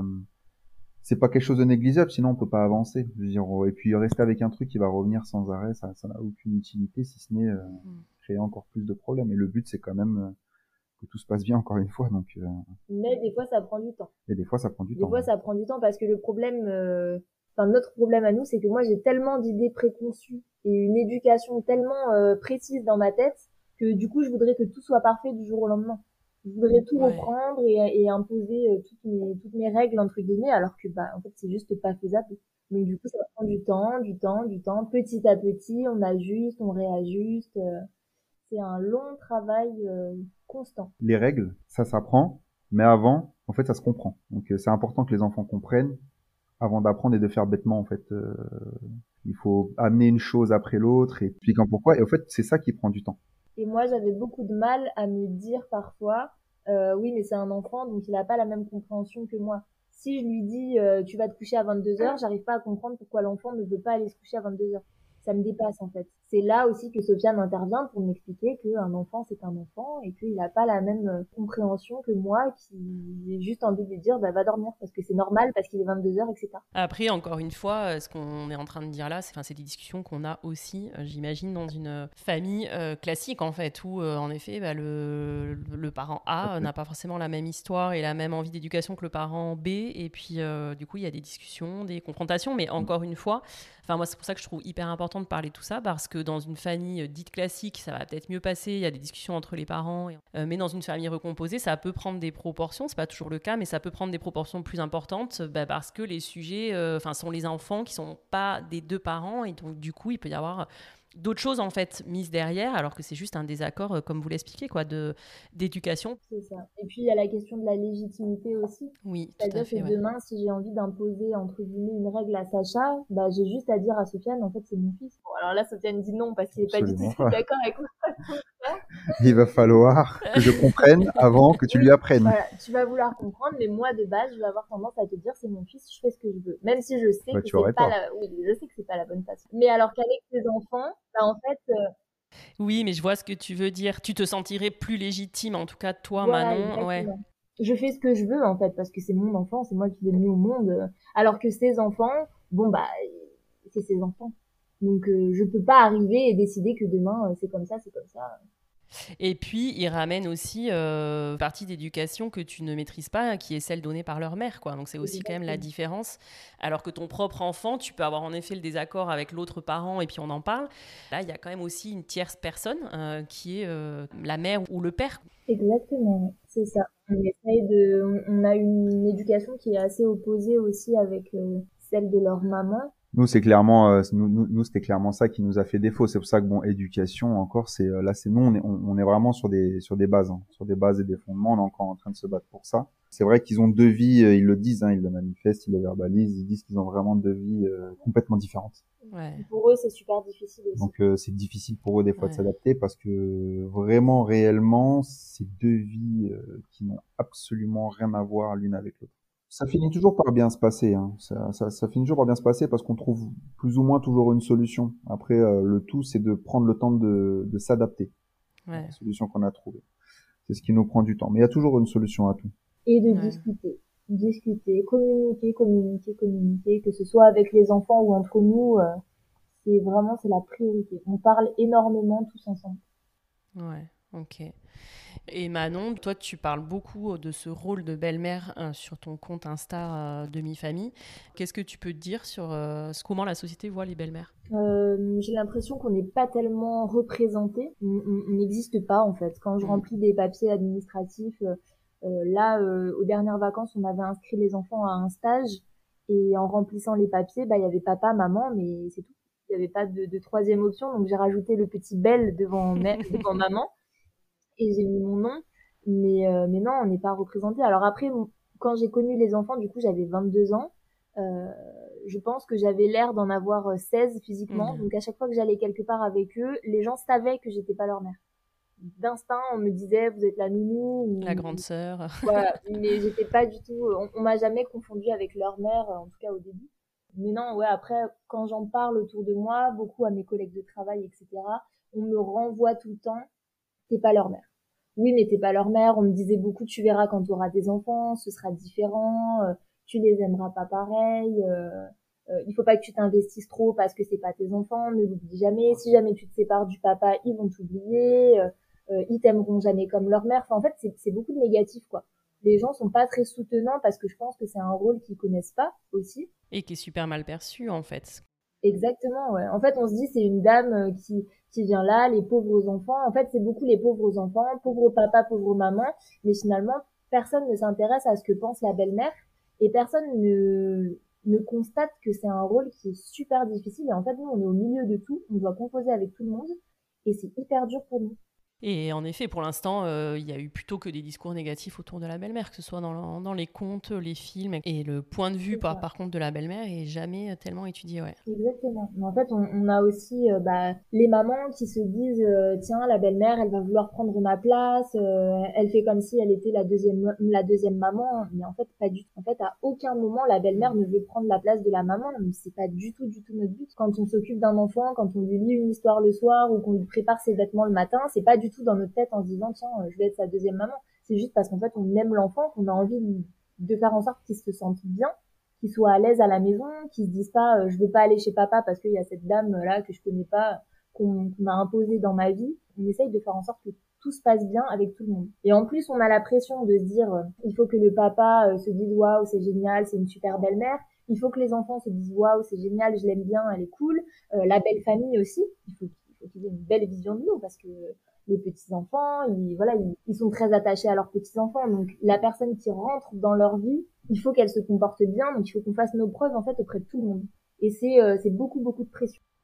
c'est pas quelque chose de négligeable, sinon on peut pas avancer. Je veux dire, et puis rester avec un truc qui va revenir sans arrêt, ça, ça n'a aucune utilité, si ce n'est euh, mm. créer encore plus de problèmes. Et le but, c'est quand même euh, que tout se passe bien, encore une fois. Donc, euh... mais des fois, ça prend du temps. Et des fois, ça prend du des temps. Des fois, ouais. ça prend du temps parce que le problème, euh... enfin notre problème à nous, c'est que moi, j'ai tellement d'idées préconçues et une éducation tellement euh, précise dans ma tête que du coup, je voudrais que tout soit parfait du jour au lendemain. Je voudrais tout ouais. reprendre et, et imposer euh, toutes mes toutes mes règles entre guillemets, alors que bah en fait c'est juste pas faisable. Donc du coup ça prend du temps, du temps, du temps. Petit à petit, on ajuste, on réajuste. Euh, c'est un long travail euh, constant. Les règles, ça s'apprend, mais avant, en fait, ça se comprend. Donc euh, c'est important que les enfants comprennent avant d'apprendre et de faire bêtement en fait. Euh, il faut amener une chose après l'autre et expliquant pourquoi. Et en fait, c'est ça qui prend du temps. Et moi, j'avais beaucoup de mal à me dire parfois, euh, oui, mais c'est un enfant, donc il n'a pas la même compréhension que moi. Si je lui dis, euh, tu vas te coucher à vingt-deux heures, j'arrive pas à comprendre pourquoi l'enfant ne veut pas aller se coucher à vingt-deux heures. Ça me dépasse, en fait. C'est là aussi que Sofiane intervient pour m'expliquer qu'un enfant, c'est un enfant et qu'il n'a pas la même compréhension que moi qui ai juste envie de lui dire, bah, va dormir parce que c'est normal, parce qu'il est vingt-deux heures, et cetera. Après, encore une fois, ce qu'on est en train de dire là, c'est, enfin, c'est des discussions qu'on a aussi, euh, j'imagine, dans une famille euh, classique, en fait, où, euh, en effet, bah, le, le parent A n'a pas forcément la même histoire et la même envie d'éducation que le parent B. Et puis, euh, du coup, il y a des discussions, des confrontations. Mais encore une fois, enfin, moi, c'est pour ça que je trouve hyper important de parler de tout ça, parce que dans une famille dite classique, ça va peut-être mieux passer, il y a des discussions entre les parents, et, euh, mais dans une famille recomposée, ça peut prendre des proportions, c'est pas toujours le cas, mais ça peut prendre des proportions plus importantes, bah, parce que les sujets, enfin, euh, sont les enfants qui sont pas des deux parents, et donc du coup, il peut y avoir d'autres choses en fait mises derrière, alors que c'est juste un désaccord, euh, comme vous l'expliquez, quoi, de, d'éducation. C'est ça. Et puis il y a la question de la légitimité aussi. Oui, tout à C'est-à-dire que fait, ouais. demain, si j'ai envie d'imposer entre guillemets une règle à Sacha, bah j'ai juste à dire à Sofiane, en fait c'est mon fils. Bon, alors là, Sofiane dit non parce qu'il est pas du tout Absolument pas. d'accord avec moi. Il va falloir que je comprenne avant que tu lui apprennes. Voilà, tu vas vouloir comprendre, mais moi de base, je vais avoir tendance à te dire c'est mon fils, je fais ce que je veux, même si je sais Bah, que tu c'est aurais pas tort. la, oui, je sais que c'est pas la bonne façon. Mais alors qu'avec tes enfants, bah en fait, euh, Oui, mais je vois ce que tu veux dire. Tu te sentirais plus légitime, en tout cas, toi, voilà, Manon. Ouais. exactement. Je fais ce que je veux en fait parce que c'est mon enfant, c'est moi qui l'ai mis au monde. euh, Alors que ses enfants, bon bah c'est ses enfants. Donc euh, je peux pas arriver et décider que demain euh, c'est comme ça, c'est comme ça. Et puis, il ramène aussi euh, une partie d'éducation que tu ne maîtrises pas, qui est celle donnée par leur mère, quoi. Donc, c'est aussi quand même la Exactement. différence. Alors que ton propre enfant, tu peux avoir en effet le désaccord avec l'autre parent et puis on en parle. Là, il y a quand même aussi une tierce personne euh, qui est euh, la mère ou le père. Exactement, ouais, c'est ça. On essaye de, on, on a une éducation qui est assez opposée aussi avec euh, celle de leur maman. Nous, c'est clairement, euh, nous, nous, nous, c'était clairement ça qui nous a fait défaut. C'est pour ça que bon, éducation, encore, c'est euh, là, c'est nous, on est, on, on est vraiment sur des sur des bases, hein, sur des bases et des fondements. On est encore en train de se battre pour ça. C'est vrai qu'ils ont deux vies, euh, ils le disent, hein, ils le manifestent, ils le verbalisent, ils disent qu'ils ont vraiment deux vies euh, complètement différentes. Ouais. Pour eux, c'est super difficile aussi. Donc euh, c'est difficile pour eux des fois Ouais. de s'adapter parce que vraiment, réellement, c'est deux vies euh, qui n'ont absolument rien à voir l'une avec l'autre. Ça finit toujours par bien se passer, hein. Ça, ça, ça finit toujours par bien se passer parce qu'on trouve plus ou moins toujours une solution. Après, euh, le tout, c'est de prendre le temps de, de s'adapter à Ouais. la solution qu'on a trouvée. C'est ce qui nous prend du temps. Mais il y a toujours une solution à tout. Et de Ouais. discuter, discuter, communiquer, communiquer, communiquer, que ce soit avec les enfants ou entre nous, euh, c'est vraiment c'est la priorité. On parle énormément tous ensemble. Ouais, ok. Et Manon, toi, tu parles beaucoup de ce rôle de belle-mère euh, sur ton compte Insta euh, Demi-Famille. Qu'est-ce que tu peux dire sur euh, comment la société voit les belles-mères? Euh, j'ai l'impression qu'on n'est pas tellement représenté. On on- on n'existe pas en fait. Quand je Mm. remplis des papiers administratifs, euh, euh, là, euh, aux dernières vacances, on avait inscrit les enfants à un stage et en remplissant les papiers, bah il y avait papa, maman, mais c'est tout. Il n'y avait pas de, de troisième option, donc j'ai rajouté le petit bel devant, ma- devant maman et j'ai mis mon nom. Mais euh, mais non, on n'est pas représenté. Alors après, mon- quand j'ai connu les enfants, du coup, j'avais vingt-deux ans. Euh, je pense que j'avais l'air d'en avoir euh, seize physiquement. Mm. Donc à chaque fois que j'allais quelque part avec eux, les gens savaient que j'étais pas leur mère. D'instinct, on me disait vous êtes la nounou La ou grande sœur. voilà, mais j'étais pas du tout. On, on m'a jamais confondue avec leur mère, en tout cas au début. Mais non, ouais, après quand j'en parle autour de moi, beaucoup à mes collègues de travail, et cetera, on me renvoie tout le temps t'es pas leur mère. Oui, mais t'es pas leur mère. On me disait beaucoup, tu verras quand tu auras des enfants, ce sera différent, euh, tu les aimeras pas pareil, euh, euh, il faut pas que tu t'investisses trop parce que c'est pas tes enfants, ne l'oublie jamais. Si jamais tu te sépares du papa, ils vont t'oublier, euh, euh, ils t'aimeront jamais comme leur mère. Enfin, en fait, c'est, c'est beaucoup de négatifs, quoi. Les gens sont pas très soutenants parce que je pense que c'est un rôle qu'ils connaissent pas aussi. Et qui est super mal perçu, en fait. Exactement, ouais. En fait, on se dit c'est une dame euh, qui qui vient là, les pauvres enfants. En fait, c'est beaucoup les pauvres enfants, pauvre papa, pauvre maman. Mais finalement, personne ne s'intéresse à ce que pense la belle-mère et personne ne ne constate que c'est un rôle qui est super difficile. Et en fait, nous, on est au milieu de tout. On doit composer avec tout le monde et c'est hyper dur pour nous. Et en effet, pour l'instant, euh, il y a eu plutôt que des discours négatifs autour de la belle-mère, que ce soit dans, dans les contes, les films. Et le point de vue, C'est par, ça. par contre, de la belle-mère est jamais tellement étudié, ouais. Exactement. Mais en fait, on, on a aussi euh, bah, les mamans qui se disent euh, tiens, la belle-mère, elle va vouloir prendre ma place, euh, elle fait comme si elle était la deuxième la deuxième maman, mais en fait pas du tout. En fait, à aucun moment la belle-mère ne veut prendre la place de la maman, mais c'est pas du tout du tout notre but. Quand on s'occupe d'un enfant, quand on lui lit une histoire le soir ou qu'on lui prépare ses vêtements le matin, c'est pas du tout dans notre tête en se disant tiens, je vais être sa deuxième maman. C'est juste parce qu'en fait, on aime l'enfant, qu'on a envie de, de faire en sorte qu'il se sente bien, qui soient à l'aise à la maison, qui se disent pas euh, je veux pas aller chez papa parce qu'il y a cette dame là que je connais pas qu'on qu'on m'a imposée dans ma vie. On essaye de faire en sorte que tout se passe bien avec tout le monde. Et en plus, on a la pression de se dire euh, il faut que le papa euh, se dise waouh, c'est génial, c'est une super belle-mère. Il faut que les enfants se disent waouh, c'est génial, je l'aime bien, elle est cool. Euh, la belle famille aussi, il faut, il faut qu'ils aient une belle vision de nous parce que les petits enfants, ils, voilà, ils, ils sont très attachés à leurs petits enfants. Donc la personne qui rentre dans leur vie, il faut qu'elle se comporte bien. Donc il faut qu'on fasse nos preuves en fait auprès de tout le monde. Et c'est euh, c'est beaucoup beaucoup de pression.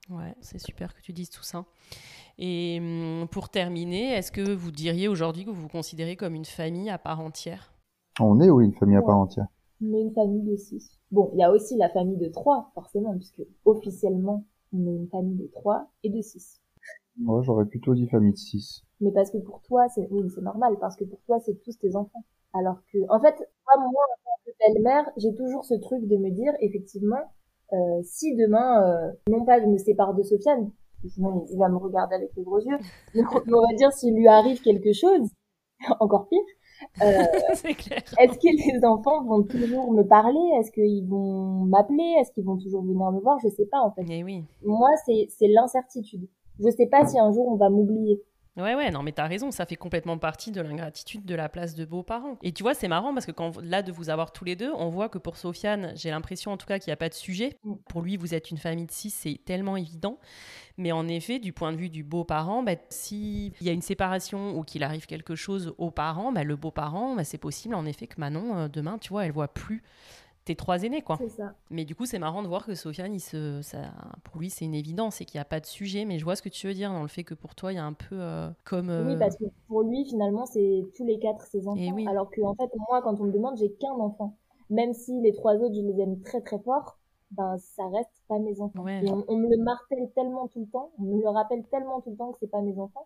Ouais, c'est super que tu dises tout ça. Et hum, pour terminer, est-ce que vous diriez aujourd'hui que vous vous considérez comme une famille à part entière? On est, oui, une famille à Ouais, part entière. on est une famille de six. Bon, il y a aussi la famille de trois, forcément, puisque officiellement, on est une famille de trois et de six. Moi, j'aurais plutôt dit famille de six. Mais parce que pour toi, c'est, oui, c'est normal, parce que pour toi, c'est tous tes enfants. Alors que, en fait, moi, moi, en tant que belle-mère, j'ai toujours ce truc de me dire, effectivement, euh, si demain, euh, non pas je me sépare de Sofiane, parce que sinon il va me regarder avec les gros yeux, mais on mais on va dire s'il lui arrive quelque chose, encore pire, euh, C'est clair. est-ce que les enfants vont toujours me parler? Est-ce qu'ils vont m'appeler? Est-ce qu'ils vont toujours venir me voir? Je sais pas, en fait. Eh oui. Moi, c'est, c'est l'incertitude. Je sais pas si un jour on va m'oublier. Ouais, ouais, non, mais t'as raison, ça fait complètement partie de l'ingratitude de la place de beaux-parents. Et tu vois, c'est marrant parce que quand, là, de vous avoir tous les deux, on voit que pour Sofiane, j'ai l'impression en tout cas qu'il n'y a pas de sujet. Mm. Pour lui, vous êtes une famille de six, c'est tellement évident. Mais en effet, du point de vue du beau-parent, bah, s'il y a une séparation ou qu'il arrive quelque chose aux parents, bah, le beau-parent, bah, c'est possible en effet que Manon, euh, demain, tu vois, elle voit plus tes trois aînés, quoi. C'est ça. Mais du coup, c'est marrant de voir que Sofiane, il se, ça, pour lui, c'est une évidence et qu'il n'y a pas de sujet. Mais je vois ce que tu veux dire dans le fait que pour toi, il y a un peu euh, comme... Oui, euh, parce que pour lui, finalement, c'est tous les quatre ses Et enfants. oui, Alors que, en fait, moi, quand on me demande, j'ai qu'un enfant. Même si les trois autres, je les aime très très fort, ben, ça reste pas mes enfants. ouais. Et on, on me le martèle tellement tout le temps, on me le rappelle tellement tout le temps que c'est pas mes enfants,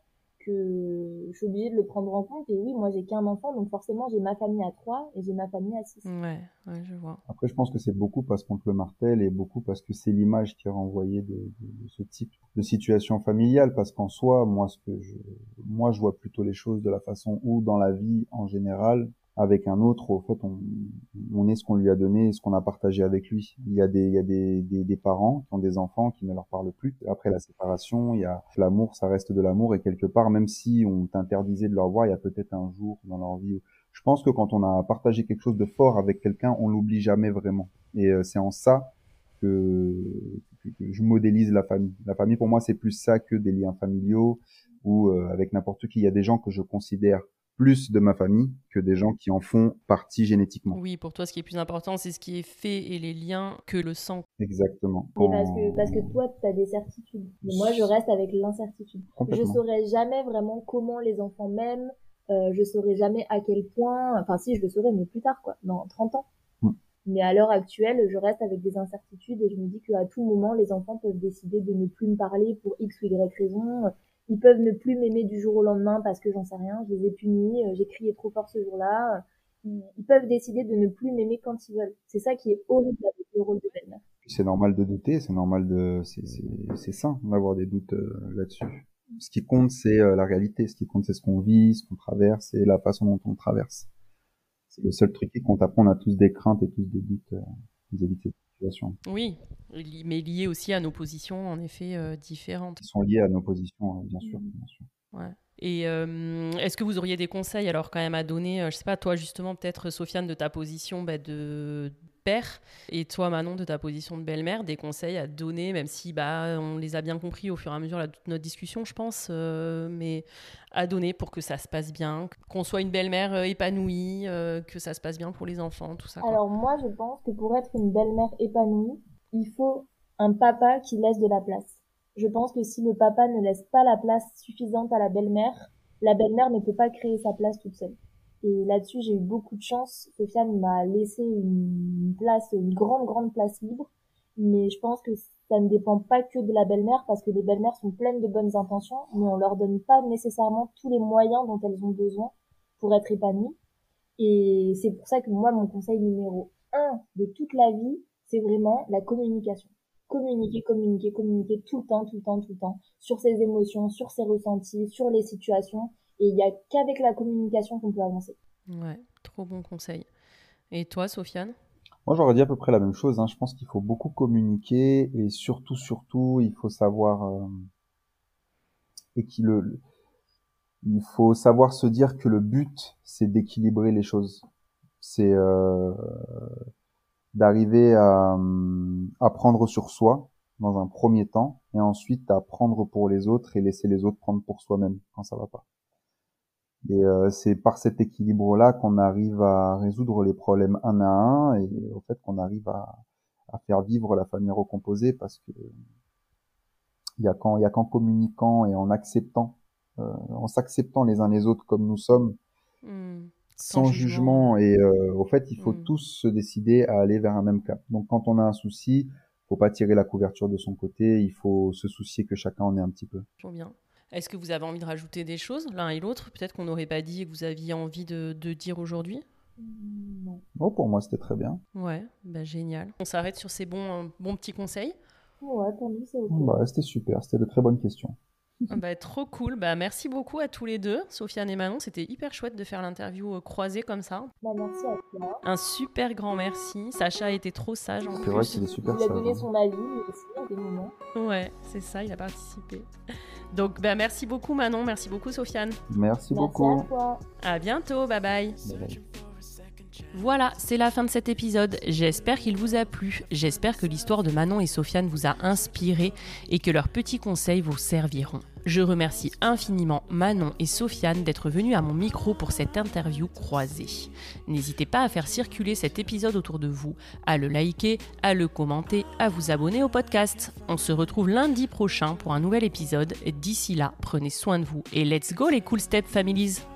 que je suis obligée de le prendre en compte. Et oui, moi, j'ai qu'un enfant, donc forcément, j'ai ma famille à trois et j'ai ma famille à six. Ouais, ouais, je vois. Après, je pense que c'est beaucoup parce qu'on te le martèle et beaucoup parce que c'est l'image qui est renvoyée de, de, de ce type de situation familiale. Parce qu'en soi, moi, ce que je, moi, je vois plutôt les choses de la façon où, dans la vie en général, avec un autre, au fait, on, on est ce qu'on lui a donné et ce qu'on a partagé avec lui. Il y a des, il y a des, des, des parents qui ont des enfants qui ne leur parlent plus. Après la séparation, il y a l'amour, ça reste de l'amour et quelque part, même si on t'interdisait de leur voir, il y a peut-être un jour dans leur vie où je pense que quand on a partagé quelque chose de fort avec quelqu'un, on l'oublie jamais vraiment. Et euh, c'est en ça que, que, que je modélise la famille. La famille, pour moi, c'est plus ça que des liens familiaux ou euh, avec n'importe qui. Il y a des gens que je considère plus de ma famille que des gens qui en font partie génétiquement. Oui, pour toi, ce qui est plus important, c'est ce qui est fait et les liens que le sang. Exactement. Mais parce que, Quand... parce que toi, tu as des certitudes. Mais moi, je reste avec l'incertitude. Je Complètement. saurais jamais vraiment comment les enfants m'aiment. Euh, je saurais jamais à quel point. Enfin, si, je le saurais, mais plus tard, quoi. Dans trente ans. Mm. Mais à l'heure actuelle, je reste avec des incertitudes et je me dis qu'à tout moment, les enfants peuvent décider de ne plus me parler pour X ou Y raison. Ils peuvent ne plus m'aimer du jour au lendemain parce que j'en sais rien. Je les ai punis. euh, J'ai crié trop fort ce jour-là. Ils ils peuvent décider de ne plus m'aimer quand ils veulent. C'est ça qui est horrible avec le rôle de belle-mère. C'est normal de douter, c'est normal de, c'est, c'est, c'est sain d'avoir des doutes euh, là-dessus. Ce qui compte, c'est euh, la réalité. Ce qui compte, c'est ce qu'on vit, ce qu'on traverse et la façon dont on le traverse. C'est le seul truc qui compte. Après, on a tous des craintes et tous des doutes euh, vis-à-vis de cette situation. Oui, li- mais lié aussi à nos positions, en effet, euh, différentes. Qui sont liés à nos positions, euh, bien sûr, bien sûr. Ouais. Et euh, est-ce que vous auriez des conseils alors quand même à donner, euh, je sais pas, toi justement peut-être Sofiane de ta position bah, de père et toi Manon de ta position de belle-mère, des conseils à donner, même si bah, on les a bien compris au fur et à mesure de notre discussion je pense, euh, mais à donner pour que ça se passe bien, qu'on soit une belle-mère euh, épanouie, euh, que ça se passe bien pour les enfants, tout ça quoi. Alors moi, je pense que pour être une belle-mère épanouie, il faut un papa qui laisse de la place. Je pense que si le papa ne laisse pas la place suffisante à la belle-mère, la belle-mère ne peut pas créer sa place toute seule. Et là-dessus, j'ai eu beaucoup de chance. Sofiane m'a laissé une place, une grande, grande place libre. Mais je pense que ça ne dépend pas que de la belle-mère parce que les belles-mères sont pleines de bonnes intentions, mais on leur donne pas nécessairement tous les moyens dont elles ont besoin pour être épanouies. Et c'est pour ça que moi, mon conseil numéro un de toute la vie, c'est vraiment la communication. Communiquer, communiquer, communiquer tout le temps, tout le temps, tout le temps, sur ses émotions, sur ses ressentis, sur les situations. Et il n'y a qu'avec la communication qu'on peut avancer. Ouais, trop bon conseil. Et toi Sofiane? Moi, j'aurais dit à peu près la même chose. Hein. Je pense qu'il faut beaucoup communiquer et surtout, surtout, il faut savoir euh, et qu'il le, il faut savoir se dire que le but, c'est d'équilibrer les choses. C'est euh, d'arriver à, à prendre sur soi dans un premier temps et ensuite à prendre pour les autres et laisser les autres prendre pour soi-même quand ça va pas. Et euh, c'est par cet équilibre-là qu'on arrive à résoudre les problèmes un à un et au fait qu'on arrive à, à faire vivre la famille recomposée parce que Il y a qu'en, il y a qu'en communiquant et en acceptant, euh, en s'acceptant les uns les autres comme nous sommes, mmh. sans, sans jugement. jugement et euh, au fait, il faut mmh. tous se décider à aller vers un même cap. Donc, quand on a un souci, faut pas tirer la couverture de son côté. Il faut se soucier que chacun en ait un petit peu. Trop bien. Est-ce que vous avez envie de rajouter des choses l'un et l'autre, peut-être qu'on n'aurait pas dit et que vous aviez envie de, de dire aujourd'hui? Non. Oh, pour moi, c'était très bien. Ouais, bah génial. On s'arrête sur ces bons, bons petits conseils. Ouais, pour nous, c'est ok. Bah, c'était super, c'était de très bonnes questions. Bah, trop cool. Bah, merci beaucoup à tous les deux, Sofiane et Manon. C'était hyper chouette de faire l'interview croisée comme ça. Bah, merci à toi. Un super grand merci. Sacha a été trop sage en c'est plus. C'est vrai qu'il est super sage. Il a donné son avis, mais aussi à des moments. Ouais, c'est ça, il a participé. Donc, bah, merci beaucoup Manon, merci beaucoup Sofiane. Merci, merci beaucoup. À toi. À bientôt, bye bye. Bye bye. Voilà, c'est la fin de cet épisode. J'espère qu'il vous a plu. J'espère que l'histoire de Manon et Sofiane vous a inspiré et que leurs petits conseils vous serviront. Je remercie infiniment Manon et Sofiane d'être venus à mon micro pour cette interview croisée. N'hésitez pas à faire circuler cet épisode autour de vous, à le liker, à le commenter, à vous abonner au podcast. On se retrouve lundi prochain pour un nouvel épisode. D'ici là, prenez soin de vous et let's go les Cool Step Families!